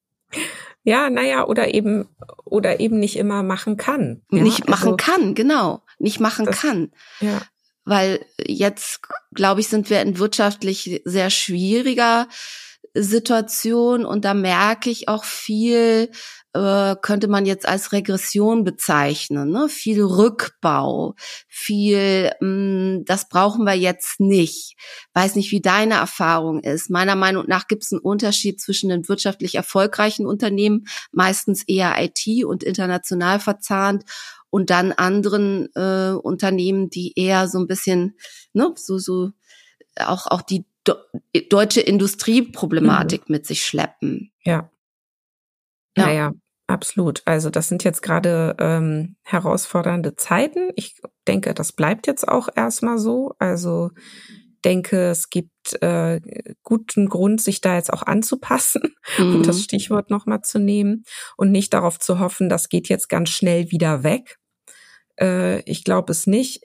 Ja, oder eben nicht immer machen kann. Ja? Nicht machen kann, genau. Nicht machen kann. Ja. Weil jetzt, glaube ich, sind wir in wirtschaftlich sehr schwieriger Situation und da merke ich auch viel, könnte man jetzt als Regression bezeichnen, ne? Viel Rückbau, viel, das brauchen wir jetzt nicht. Weiß nicht, wie deine Erfahrung ist. Meiner Meinung nach gibt es einen Unterschied zwischen den wirtschaftlich erfolgreichen Unternehmen, meistens eher IT und international verzahnt, und dann anderen Unternehmen, die eher so ein bisschen, ne, so auch die deutsche Industrieproblematik mit sich schleppen. Ja. Naja, absolut. Also das sind jetzt gerade herausfordernde Zeiten. Ich denke, das bleibt jetzt auch erstmal so. Also denke, es gibt guten Grund, sich da jetzt auch anzupassen und das Stichwort nochmal zu nehmen und nicht darauf zu hoffen, das geht jetzt ganz schnell wieder weg. Ich glaube es nicht.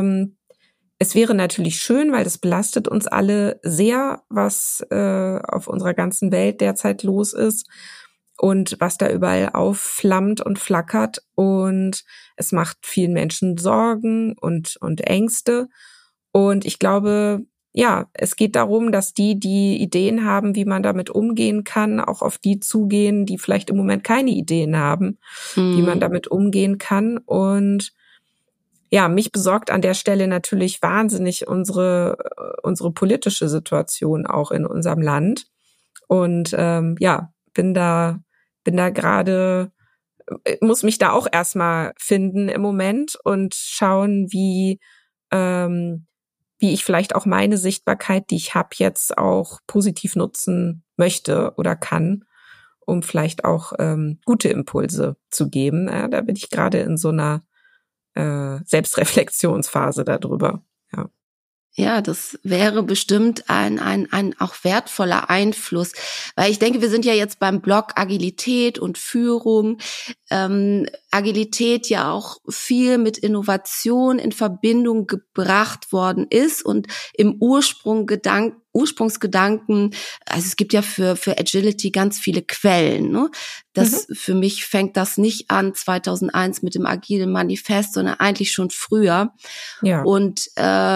Es wäre natürlich schön, weil das belastet uns alle sehr, was auf unserer ganzen Welt derzeit los ist und was da überall aufflammt und flackert. Und es macht vielen Menschen Sorgen und Ängste. Und ich glaube, ja, es geht darum, dass die Ideen haben, wie man damit umgehen kann, auch auf die zugehen, die vielleicht im Moment keine Ideen haben, wie man damit umgehen kann. Und ja, mich besorgt an der Stelle natürlich wahnsinnig unsere politische Situation auch in unserem Land. Und bin da gerade, muss mich da auch erstmal finden im Moment und schauen, wie ich vielleicht auch meine Sichtbarkeit, die ich habe, jetzt auch positiv nutzen möchte oder kann, um vielleicht auch gute Impulse zu geben. Ja, da bin ich gerade in so einer Selbstreflexionsphase darüber. Ja. Ja, das wäre bestimmt ein auch wertvoller Einfluss, weil ich denke, wir sind ja jetzt beim Blog Agilität und Führung. Agilität ja auch viel mit Innovation in Verbindung gebracht worden ist und im Ursprungsgedanken, also es gibt ja für Agility ganz viele Quellen, ne? Das für mich fängt das nicht an 2001 mit dem Agilen Manifest, sondern eigentlich schon früher. Ja. Und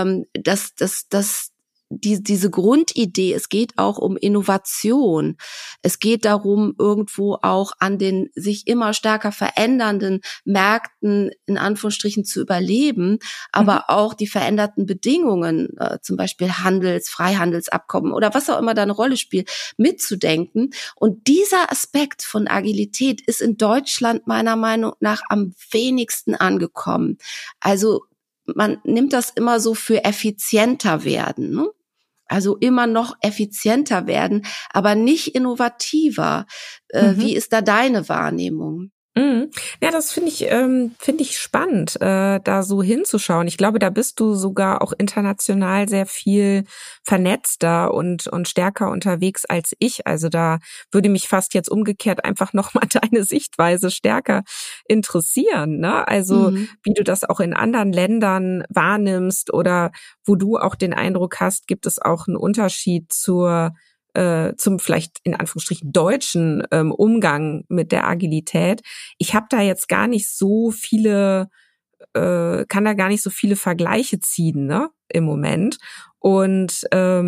diese Grundidee, es geht auch um Innovation. Es geht darum, irgendwo auch an den sich immer stärker verändernden Märkten in Anführungsstrichen zu überleben, aber auch die veränderten Bedingungen, zum Beispiel Freihandelsabkommen oder was auch immer da eine Rolle spielt, mitzudenken. Und dieser Aspekt von Agilität ist in Deutschland meiner Meinung nach am wenigsten angekommen. Also man nimmt das immer so für effizienter werden, ne? Also immer noch effizienter werden, aber nicht innovativer. Wie ist da deine Wahrnehmung? Ja, das finde ich spannend, da so hinzuschauen. Ich glaube, da bist du sogar auch international sehr viel vernetzter und stärker unterwegs als ich. Also da würde mich fast jetzt umgekehrt einfach nochmal deine Sichtweise stärker interessieren, ne? Also wie du das auch in anderen Ländern wahrnimmst oder wo du auch den Eindruck hast, gibt es auch einen Unterschied zum vielleicht in Anführungsstrichen deutschen Umgang mit der Agilität. Ich habe da jetzt gar nicht so viele, kann da gar nicht so viele Vergleiche ziehen, ne, im Moment. Und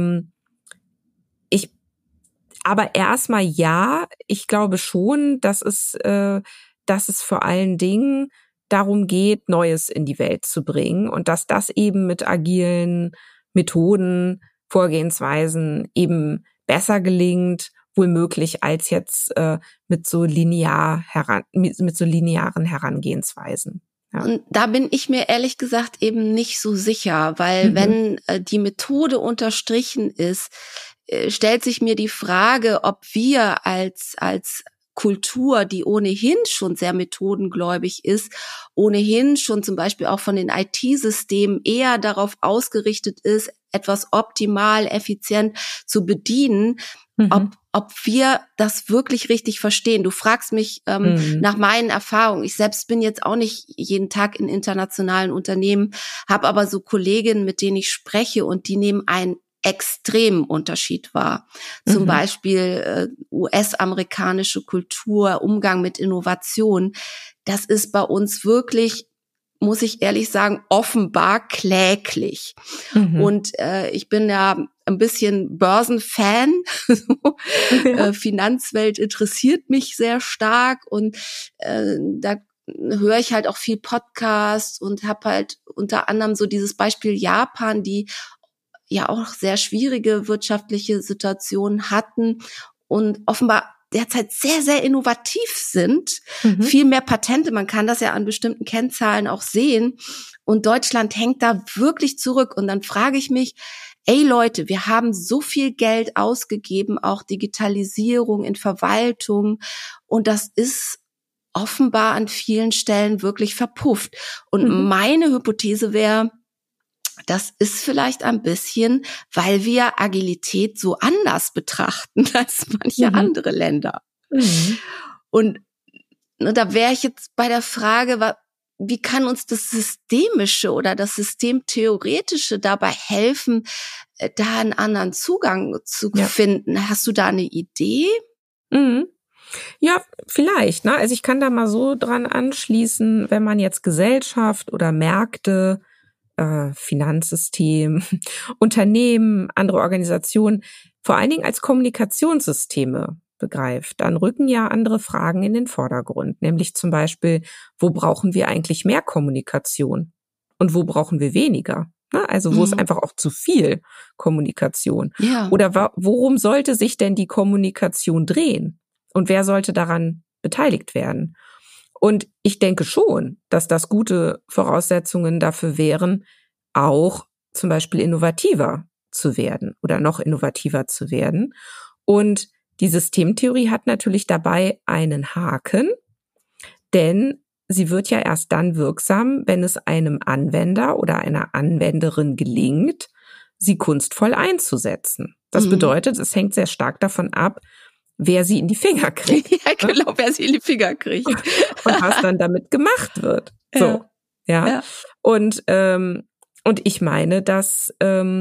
aber erstmal ja, ich glaube schon, dass es vor allen Dingen darum geht, Neues in die Welt zu bringen und dass das eben mit agilen Methoden, Vorgehensweisen eben besser gelingt, wohl möglich, als jetzt mit so linearen Herangehensweisen. Ja. Und da bin ich mir ehrlich gesagt eben nicht so sicher, weil wenn die Methode unterstrichen ist, stellt sich mir die Frage, ob wir als Kultur, die ohnehin schon sehr methodengläubig ist, ohnehin schon zum Beispiel auch von den IT-Systemen eher darauf ausgerichtet ist, etwas optimal, effizient zu bedienen, ob wir das wirklich richtig verstehen. Du fragst mich nach meinen Erfahrungen. Ich selbst bin jetzt auch nicht jeden Tag in internationalen Unternehmen, habe aber so Kolleginnen, mit denen ich spreche, und die nehmen einen extremen Unterschied wahr. Zum Beispiel US-amerikanische Kultur, Umgang mit Innovation. Das ist bei uns wirklich, muss ich ehrlich sagen, offenbar kläglich. Und ich bin ja ein bisschen Börsenfan. Finanzwelt interessiert mich sehr stark, und da höre ich halt auch viel Podcasts und habe halt unter anderem so dieses Beispiel Japan, die ja auch sehr schwierige wirtschaftliche Situationen hatten und offenbar derzeit sehr, sehr innovativ sind. Viel mehr Patente, man kann das ja an bestimmten Kennzahlen auch sehen. Und Deutschland hängt da wirklich zurück. Und dann frage ich mich, ey Leute, wir haben so viel Geld ausgegeben, auch Digitalisierung in Verwaltung. Und das ist offenbar an vielen Stellen wirklich verpufft. Und meine Hypothese wäre, das ist vielleicht ein bisschen, weil wir Agilität so anders betrachten als manche andere Länder. Und da wäre ich jetzt bei der Frage, wie kann uns das Systemische oder das Systemtheoretische dabei helfen, da einen anderen Zugang zu finden? Hast du da eine Idee? Ja, vielleicht, ne? Also ich kann da mal so dran anschließen, wenn man jetzt Gesellschaft oder Märkte, Finanzsystem, Unternehmen, andere Organisationen vor allen Dingen als Kommunikationssysteme begreift, dann rücken ja andere Fragen in den Vordergrund, nämlich zum Beispiel, wo brauchen wir eigentlich mehr Kommunikation und wo brauchen wir weniger? Also wo ist einfach auch zu viel Kommunikation? Ja. Oder worum sollte sich denn die Kommunikation drehen? Und wer sollte daran beteiligt werden? Und ich denke schon, dass das gute Voraussetzungen dafür wären, auch zum Beispiel innovativer zu werden oder noch innovativer zu werden. Und die Systemtheorie hat natürlich dabei einen Haken, denn sie wird ja erst dann wirksam, wenn es einem Anwender oder einer Anwenderin gelingt, sie kunstvoll einzusetzen. Das bedeutet, es hängt sehr stark davon ab, wer sie in die Finger kriegt. Ja, genau, wer sie in die Finger kriegt. Und was dann damit gemacht wird. So, ja. Und ich meine, dass,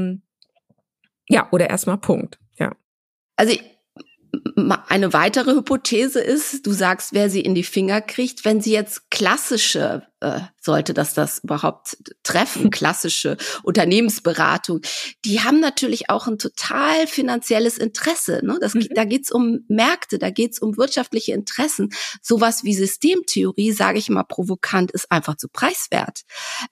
oder erstmal Punkt, ja. Also eine weitere Hypothese ist, du sagst, wer sie in die Finger kriegt, wenn sie jetzt klassische, sollte das überhaupt treffen, klassische Unternehmensberatung, die haben natürlich auch ein total finanzielles Interesse. Ne? Da geht's um Märkte, da geht's um wirtschaftliche Interessen. Sowas wie Systemtheorie, sage ich mal provokant, ist einfach zu preiswert.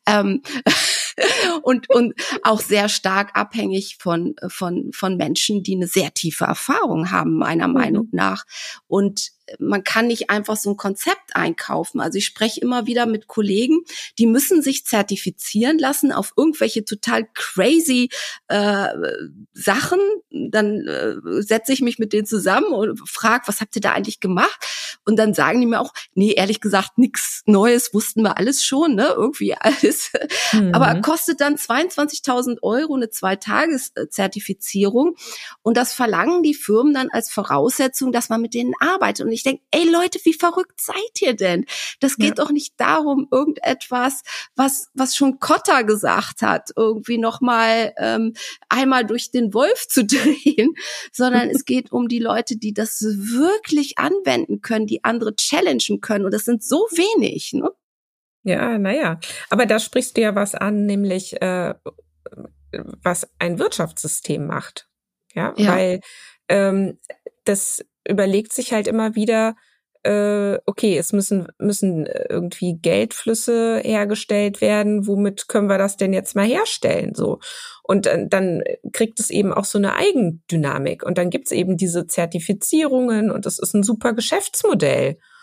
Und auch sehr stark abhängig von Menschen, die eine sehr tiefe Erfahrung haben, meiner Meinung nach. Und man kann nicht einfach so ein Konzept einkaufen. Also ich spreche immer wieder mit Kollegen, die müssen sich zertifizieren lassen auf irgendwelche total crazy Sachen. Dann setze ich mich mit denen zusammen und frage, was habt ihr da eigentlich gemacht? Und dann sagen die mir auch, nee, ehrlich gesagt, nichts Neues, wussten wir alles schon, ne? Irgendwie alles. Aber kostet dann 22.000 € eine 2-Tages-Zertifizierung. Und das verlangen die Firmen dann als Voraussetzung, dass man mit denen arbeitet. Und ich denke, ey Leute, wie verrückt seid ihr denn? Das geht doch nicht darum, irgendetwas, was schon Kotter gesagt hat, irgendwie nochmal einmal durch den Wolf zu drehen, sondern es geht um die Leute, die das wirklich anwenden können, die andere challengen können. Und das sind so wenig, ne? Ja, naja. Aber da sprichst du ja was an, nämlich was ein Wirtschaftssystem macht. Ja. Weil das überlegt sich halt immer wieder, okay, es müssen irgendwie Geldflüsse hergestellt werden, womit können wir das denn jetzt mal herstellen? So. Und dann kriegt es eben auch so eine Eigendynamik. Und dann gibt's eben diese Zertifizierungen und das ist ein super Geschäftsmodell.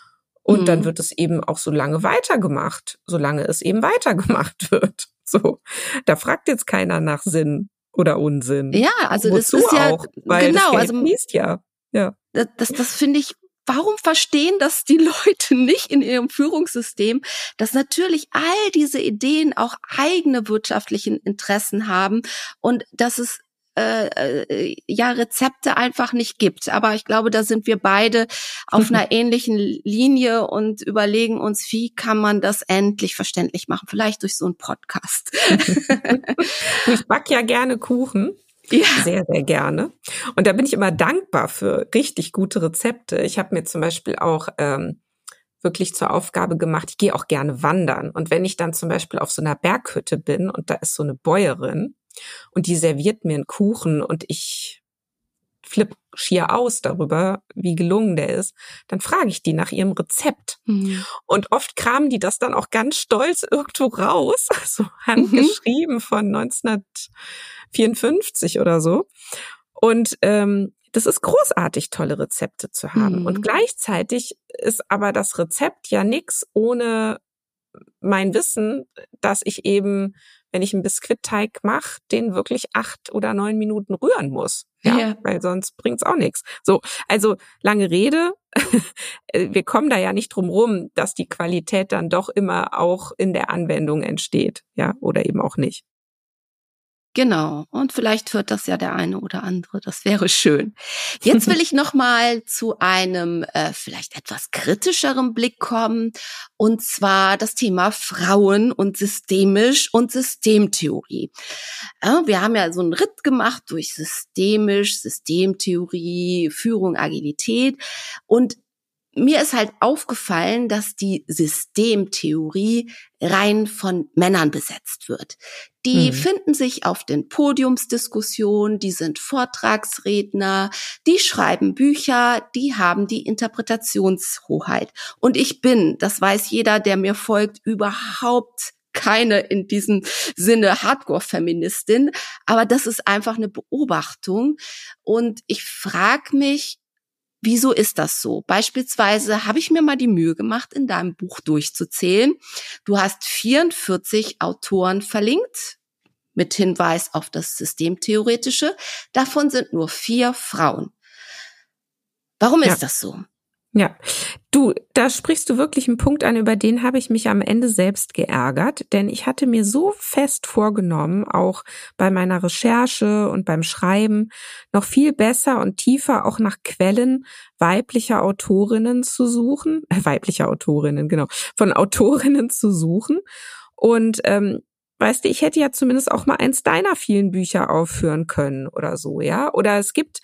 Und dann wird es eben auch so lange weitergemacht, solange es eben weitergemacht wird. So, da fragt jetzt keiner nach Sinn oder Unsinn. Ja, also wozu das ist ja, auch, weil genau, das Geld also fließt ja. das finde ich, warum verstehen das die Leute nicht in ihrem Führungssystem, dass natürlich all diese Ideen auch eigene wirtschaftliche Interessen haben und dass es ja Rezepte einfach nicht gibt. Aber ich glaube, da sind wir beide auf einer ähnlichen Linie und überlegen uns, wie kann man das endlich verständlich machen? Vielleicht durch so einen Podcast. Ich backe ja gerne Kuchen. Ja. Sehr, sehr gerne. Und da bin ich immer dankbar für richtig gute Rezepte. Ich habe mir zum Beispiel auch wirklich zur Aufgabe gemacht, ich gehe auch gerne wandern. Und wenn ich dann zum Beispiel auf so einer Berghütte bin und da ist so eine Bäuerin und die serviert mir einen Kuchen und ich flipp schier aus darüber, wie gelungen der ist, dann frage ich die nach ihrem Rezept. Und oft kramen die das dann auch ganz stolz irgendwo raus, so handgeschrieben von 1954 oder so. Und das ist großartig, tolle Rezepte zu haben. Und gleichzeitig ist aber das Rezept ja nix ohne mein Wissen, dass ich eben, wenn ich einen Biskuitteig mache, den wirklich 8 oder 9 Minuten rühren muss. Ja. Weil sonst bringt's auch nichts. So, also lange Rede. Wir kommen da ja nicht drum rum, dass die Qualität dann doch immer auch in der Anwendung entsteht. Ja, oder eben auch nicht. Genau. Und vielleicht hört das ja der eine oder andere. Das wäre schön. Jetzt will ich noch mal zu einem vielleicht etwas kritischeren Blick kommen. Und zwar das Thema Frauen und systemisch und Systemtheorie. Wir haben ja so einen Ritt gemacht durch systemisch, Systemtheorie, Führung, Agilität. Und mir ist halt aufgefallen, dass die Systemtheorie rein von Männern besetzt wird. Die finden sich auf den Podiumsdiskussionen, die sind Vortragsredner, die schreiben Bücher, die haben die Interpretationshoheit. Und ich bin, das weiß jeder, der mir folgt, überhaupt keine in diesem Sinne Hardcore-Feministin, aber das ist einfach eine Beobachtung. Und ich frage mich, wieso ist das so? Beispielsweise habe ich mir mal die Mühe gemacht, in deinem Buch durchzuzählen. Du hast 44 Autoren verlinkt, mit Hinweis auf das Systemtheoretische. Davon sind nur 4 Frauen. Warum ist das so? Ja, du, da sprichst du wirklich einen Punkt an, über den habe ich mich am Ende selbst geärgert, denn ich hatte mir so fest vorgenommen, auch bei meiner Recherche und beim Schreiben noch viel besser und tiefer auch nach Quellen weiblicher Autorinnen zu suchen, von Autorinnen zu suchen. Und weißt du, ich hätte ja zumindest auch mal eins deiner vielen Bücher aufführen können oder so, ja? Oder es gibt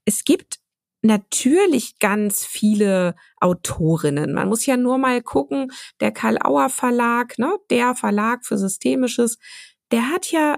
natürlich ganz viele Autorinnen. Man muss ja nur mal gucken, der Karl-Auer Verlag, ne, der Verlag für Systemisches, der hat ja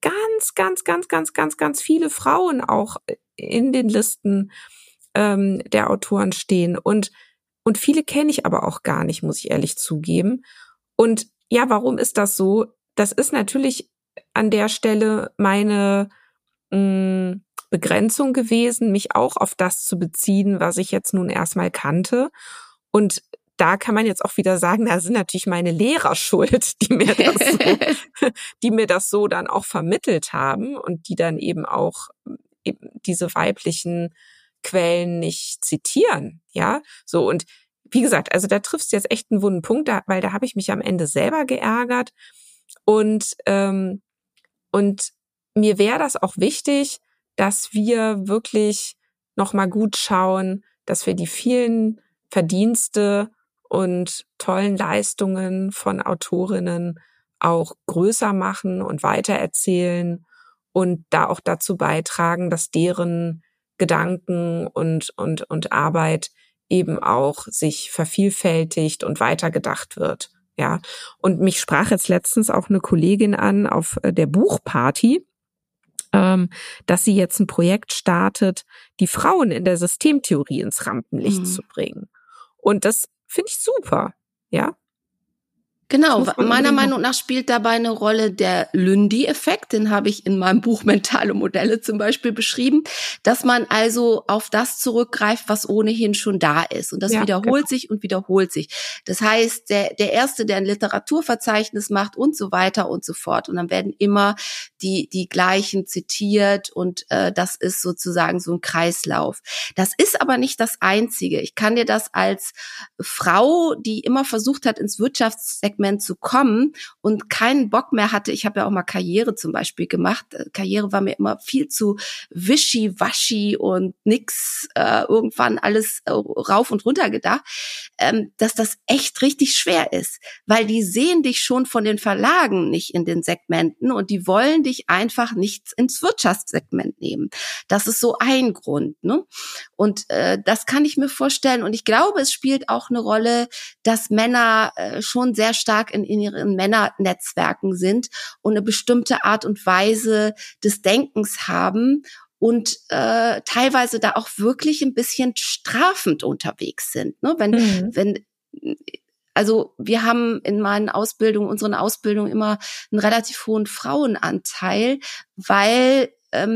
ganz viele Frauen auch in den Listen der Autoren stehen. Und viele kenne ich aber auch gar nicht, muss ich ehrlich zugeben. Und ja, warum ist das so? Das ist natürlich an der Stelle meine Begrenzung gewesen, mich auch auf das zu beziehen, was ich jetzt nun erstmal kannte. Und da kann man jetzt auch wieder sagen, da sind natürlich meine Lehrer schuld, die mir das so dann auch vermittelt haben und die dann eben auch diese weiblichen Quellen nicht zitieren, ja. So, und wie gesagt, also da triffst du jetzt echt einen wunden Punkt, weil da habe ich mich am Ende selber geärgert und mir wäre das auch wichtig, dass wir wirklich nochmal gut schauen, dass wir die vielen Verdienste und tollen Leistungen von Autorinnen auch größer machen und weitererzählen und da auch dazu beitragen, dass deren Gedanken und Arbeit eben auch sich vervielfältigt und weitergedacht wird. Ja, und mich sprach jetzt letztens auch eine Kollegin an auf der Buchparty, dass sie jetzt ein Projekt startet, die Frauen in der Systemtheorie ins Rampenlicht zu bringen. Und das finde ich super, ja. Genau, meiner Meinung nach spielt dabei eine Rolle der Lundy-Effekt, den habe ich in meinem Buch Mentale Modelle zum Beispiel beschrieben, dass man also auf das zurückgreift, was ohnehin schon da ist. Und das wiederholt sich und wiederholt sich. Das heißt, der Erste, der ein Literaturverzeichnis macht und so weiter und so fort. Und dann werden immer die gleichen zitiert und das ist sozusagen so ein Kreislauf. Das ist aber nicht das Einzige. Ich kann dir das als Frau, die immer versucht hat, ins Wirtschaftssegment zu kommen und keinen Bock mehr hatte. Ich habe ja auch mal Karriere zum Beispiel gemacht. Karriere war mir immer viel zu wischiwaschi und nix, irgendwann alles rauf und runter gedacht, dass das echt richtig schwer ist, weil die sehen dich schon von den Verlagen nicht in den Segmenten und die wollen dich einfach nicht ins Wirtschaftssegment nehmen. Das ist so ein Grund, ne? Und das kann ich mir vorstellen und ich glaube, es spielt auch eine Rolle, dass Männer schon sehr stark in ihren Männernetzwerken sind und eine bestimmte Art und Weise des Denkens haben und teilweise da auch wirklich ein bisschen strafend unterwegs sind. Ne? Also wir haben in unseren Ausbildungen immer einen relativ hohen Frauenanteil, weil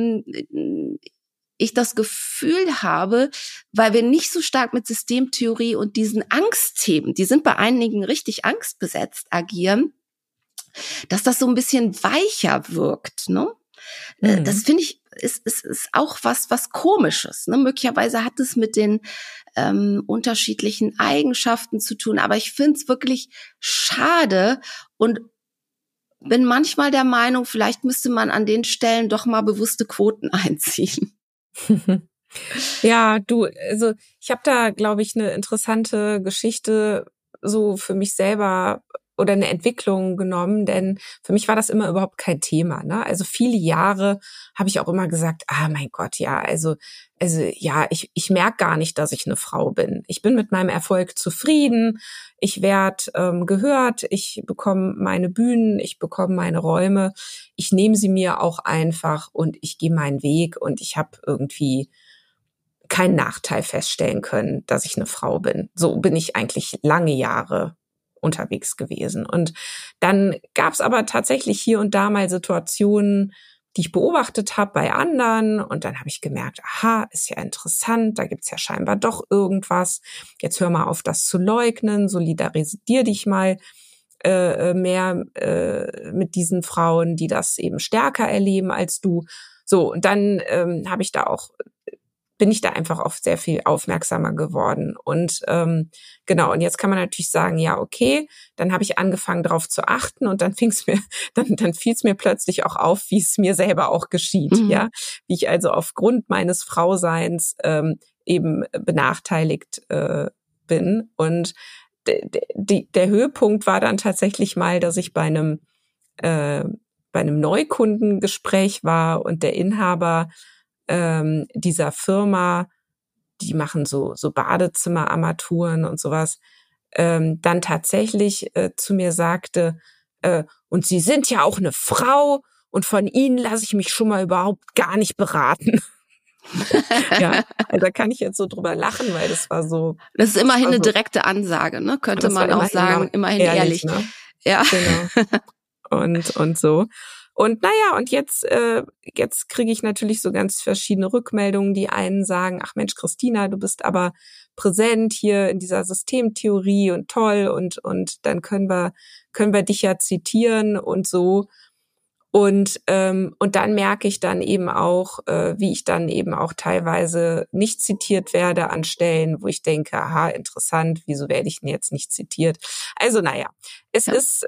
ich das Gefühl habe, weil wir nicht so stark mit Systemtheorie und diesen Angstthemen, die sind bei einigen richtig angstbesetzt, agieren, dass das so ein bisschen weicher wirkt, ne? Das finde ich, ist auch was Komisches, ne? Möglicherweise hat es mit den unterschiedlichen Eigenschaften zu tun, aber ich finde es wirklich schade und bin manchmal der Meinung, vielleicht müsste man an den Stellen doch mal bewusste Quoten einziehen. Ja, also ich habe da, glaube ich, eine interessante Geschichte so für mich selber oder eine Entwicklung genommen, denn für mich war das immer überhaupt kein Thema, ne? Also viele Jahre habe ich auch immer gesagt, mein Gott, ja, also ja, ich merke gar nicht, dass ich eine Frau bin. Ich bin mit meinem Erfolg zufrieden, ich werde gehört, ich bekomme meine Bühnen, ich bekomme meine Räume, ich nehme sie mir auch einfach und ich gehe meinen Weg und ich habe irgendwie keinen Nachteil feststellen können, dass ich eine Frau bin. So bin ich eigentlich lange Jahre unterwegs gewesen. Und dann gab es aber tatsächlich hier und da mal Situationen, die ich beobachtet habe bei anderen. Und dann habe ich gemerkt, aha, ist ja interessant, da gibt's ja scheinbar doch irgendwas. Jetzt hör mal auf, das zu leugnen, solidarisier dich mal mehr mit diesen Frauen, die das eben stärker erleben als du. So, und dann bin ich da einfach auf sehr viel aufmerksamer geworden. Und genau, und jetzt kann man natürlich sagen, ja, okay, dann habe ich angefangen, darauf zu achten und dann fiel es mir plötzlich auch auf, wie es mir selber auch geschieht, ja, wie ich also aufgrund meines Frauseins eben benachteiligt bin. Und der Höhepunkt war dann tatsächlich mal, dass ich bei einem Neukundengespräch war und der Inhaber dieser Firma, die machen so Badezimmerarmaturen und sowas, dann tatsächlich zu mir sagte, und Sie sind ja auch eine Frau und von Ihnen lasse ich mich schon mal überhaupt gar nicht beraten. Ja, also da kann ich jetzt so drüber lachen, weil das war so. Das ist immerhin eine direkte Ansage, ne? Könnte man auch sagen, immerhin ehrlich. Ne? Ja. Genau. Und so. Und naja, und jetzt kriege ich natürlich so ganz verschiedene Rückmeldungen. Die einen sagen, ach Mensch, Christina, du bist aber präsent hier in dieser Systemtheorie und toll und dann können wir dich ja zitieren und so. Und dann merke ich dann eben auch, wie ich dann eben auch teilweise nicht zitiert werde an Stellen, wo ich denke, aha, interessant, wieso werde ich denn jetzt nicht zitiert? Also naja, es ist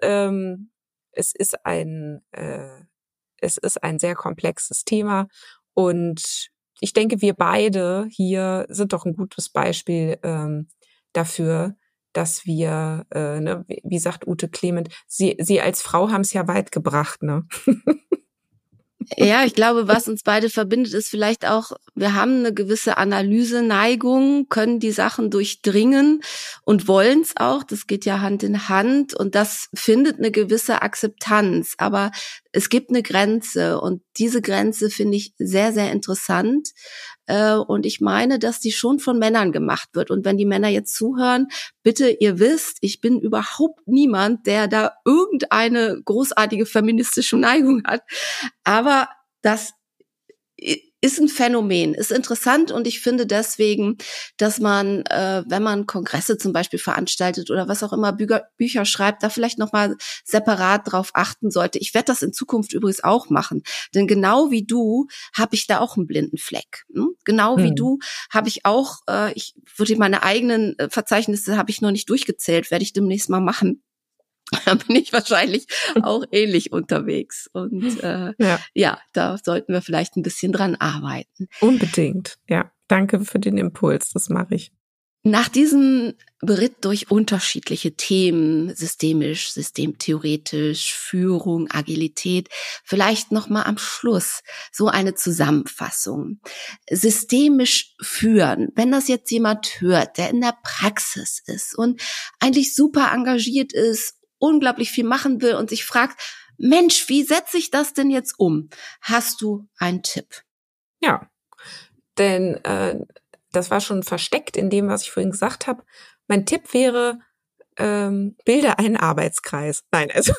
ein sehr komplexes Thema und ich denke, wir beide hier sind doch ein gutes Beispiel dafür, dass wir, wie sagt Ute Clement, sie als Frau haben es ja weit gebracht, ne? Ja, ich glaube, was uns beide verbindet, ist vielleicht auch, wir haben eine gewisse Analyseneigung, können die Sachen durchdringen und wollen es auch. Das geht ja Hand in Hand und das findet eine gewisse Akzeptanz. Aber es gibt eine Grenze und diese Grenze finde ich sehr, sehr interessant. Und ich meine, dass die schon von Männern gemacht wird. Und wenn die Männer jetzt zuhören, bitte, ihr wisst, ich bin überhaupt niemand, der da irgendeine großartige feministische Neigung hat. Aber das ist ein Phänomen, ist interessant, und ich finde deswegen, dass man, wenn man Kongresse zum Beispiel veranstaltet oder was auch immer, Bücher schreibt, da vielleicht nochmal separat drauf achten sollte. Ich werde das in Zukunft übrigens auch machen, denn genau wie du habe ich da auch einen blinden Fleck. Genau wie du habe ich auch, ich würde meine eigenen Verzeichnisse habe ich noch nicht durchgezählt, werde ich demnächst mal machen. Da bin ich wahrscheinlich auch ähnlich unterwegs. Und ja, da sollten wir vielleicht ein bisschen dran arbeiten. Unbedingt, ja. Danke für den Impuls, das mache ich. Nach diesem Beritt durch unterschiedliche Themen, systemisch, systemtheoretisch, Führung, Agilität, vielleicht nochmal am Schluss so eine Zusammenfassung. Systemisch führen, wenn das jetzt jemand hört, der in der Praxis ist und eigentlich super engagiert ist, unglaublich viel machen will und sich fragt, Mensch, wie setze ich das denn jetzt um? Hast du einen Tipp? Ja, denn das war schon versteckt in dem, was ich vorhin gesagt habe. Mein Tipp wäre, bilde einen Arbeitskreis. Nein, also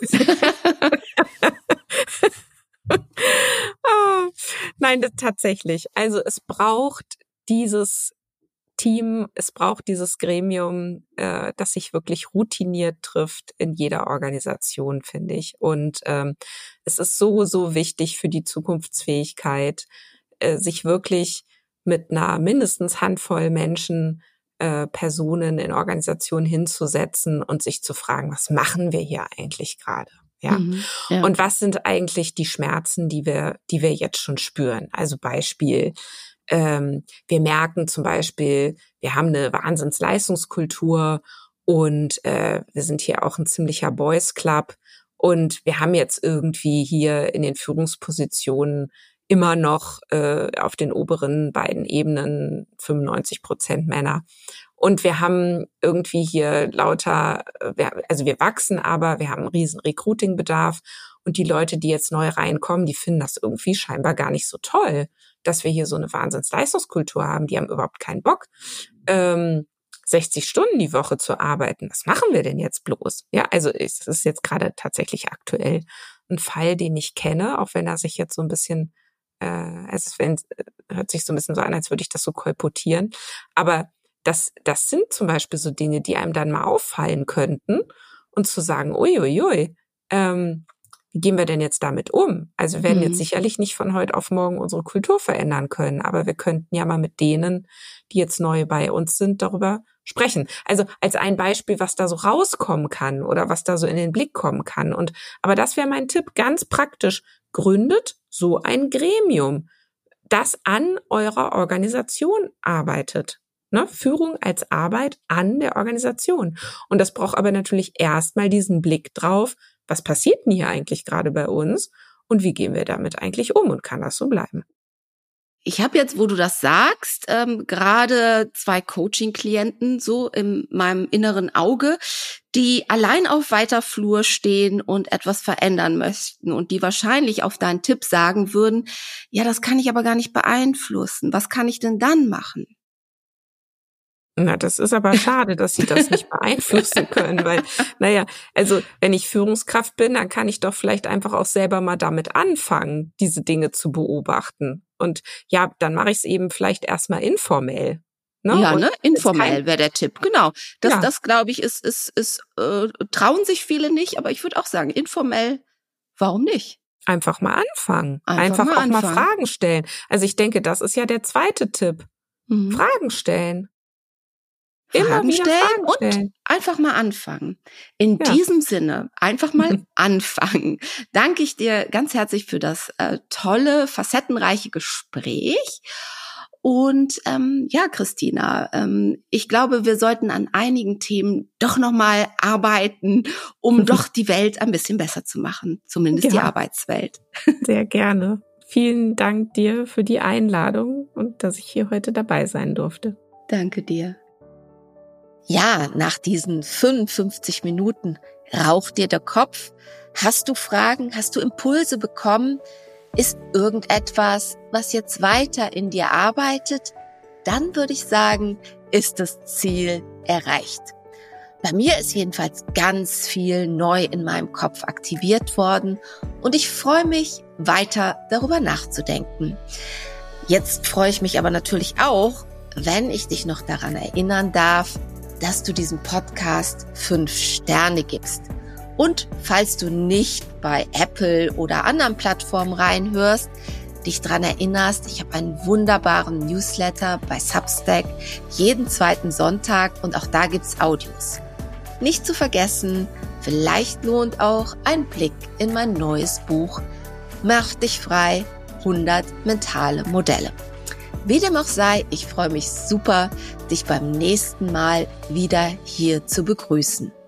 nein, tatsächlich. Also es braucht dieses Team, es braucht dieses Gremium, das sich wirklich routiniert trifft in jeder Organisation, finde ich. Und es ist so wichtig für die Zukunftsfähigkeit, sich wirklich mit einer mindestens Handvoll Menschen, Personen in Organisationen hinzusetzen und sich zu fragen, was machen wir hier eigentlich gerade? Ja. Ja. Und was sind eigentlich die Schmerzen, die wir jetzt schon spüren? Also Beispiel, wir merken zum Beispiel, wir haben eine Wahnsinnsleistungskultur und wir sind hier auch ein ziemlicher Boys Club und wir haben jetzt irgendwie hier in den Führungspositionen immer noch auf den oberen beiden Ebenen 95% Männer. Und wir haben irgendwie hier lauter, also wir wachsen, aber wir haben einen riesen Recruiting-Bedarf. Und die Leute, die jetzt neu reinkommen, die finden das irgendwie scheinbar gar nicht so toll, dass wir hier so eine Wahnsinnsleistungskultur haben. Die haben überhaupt keinen Bock, 60 Stunden die Woche zu arbeiten. Was machen wir denn jetzt bloß? Ja, also es ist jetzt gerade tatsächlich aktuell ein Fall, den ich kenne, auch wenn er sich jetzt so ein bisschen, hört sich so ein bisschen so an, als würde ich das so kolportieren. Aber das sind zum Beispiel so Dinge, die einem dann mal auffallen könnten und zu sagen, uiuiui, wie gehen wir denn jetzt damit um? Also wir werden jetzt sicherlich nicht von heute auf morgen unsere Kultur verändern können, aber wir könnten ja mal mit denen, die jetzt neu bei uns sind, darüber sprechen. Also als ein Beispiel, was da so rauskommen kann oder was da so in den Blick kommen kann. Aber das wäre mein Tipp, ganz praktisch, gründet so ein Gremium, das an eurer Organisation arbeitet. Ne? Führung als Arbeit an der Organisation. Und das braucht aber natürlich erstmal diesen Blick drauf, was passiert denn hier eigentlich gerade bei uns und wie gehen wir damit eigentlich um und kann das so bleiben? Ich habe jetzt, wo du das sagst, gerade 2 Coaching-Klienten so in meinem inneren Auge, die allein auf weiter Flur stehen und etwas verändern möchten und die wahrscheinlich auf deinen Tipp sagen würden, ja, das kann ich aber gar nicht beeinflussen. Was kann ich denn dann machen? Na, das ist aber schade, dass sie das nicht beeinflussen können, weil, also wenn ich Führungskraft bin, dann kann ich doch vielleicht einfach auch selber mal damit anfangen, diese Dinge zu beobachten. Und ja, dann mache ich es eben vielleicht erstmal informell. Ne? Ja, und informell wäre der Tipp, genau. Das, Ja. das glaube ich, trauen sich viele nicht, aber ich würde auch sagen, informell, warum nicht? Einfach mal anfangen. Einfach mal auch mal anfangen. Fragen stellen. Also ich denke, das ist ja der zweite Tipp. Fragen stellen. Immer wieder Fragen stellen. Und einfach mal anfangen. In diesem Sinne, einfach mal anfangen. Danke ich dir ganz herzlich für das tolle, facettenreiche Gespräch. Und Christina, ich glaube, wir sollten an einigen Themen doch nochmal arbeiten, um doch die Welt ein bisschen besser zu machen, zumindest die Arbeitswelt. Sehr gerne. Vielen Dank dir für die Einladung und dass ich hier heute dabei sein durfte. Danke dir. Ja, nach diesen 55 Minuten raucht dir der Kopf. Hast du Fragen? Hast du Impulse bekommen? Ist irgendetwas, was jetzt weiter in dir arbeitet? Dann würde ich sagen, ist das Ziel erreicht. Bei mir ist jedenfalls ganz viel neu in meinem Kopf aktiviert worden und ich freue mich, weiter darüber nachzudenken. Jetzt freue ich mich aber natürlich auch, wenn ich dich noch daran erinnern darf, dass du diesem Podcast 5 Sterne gibst. Und falls du nicht bei Apple oder anderen Plattformen reinhörst, dich daran erinnerst, ich habe einen wunderbaren Newsletter bei Substack jeden 2. Sonntag und auch da gibt's Audios. Nicht zu vergessen, vielleicht lohnt auch ein Blick in mein neues Buch Mach dich frei, 100 mentale Modelle. Wie dem auch sei, ich freue mich super, dich beim nächsten Mal wieder hier zu begrüßen.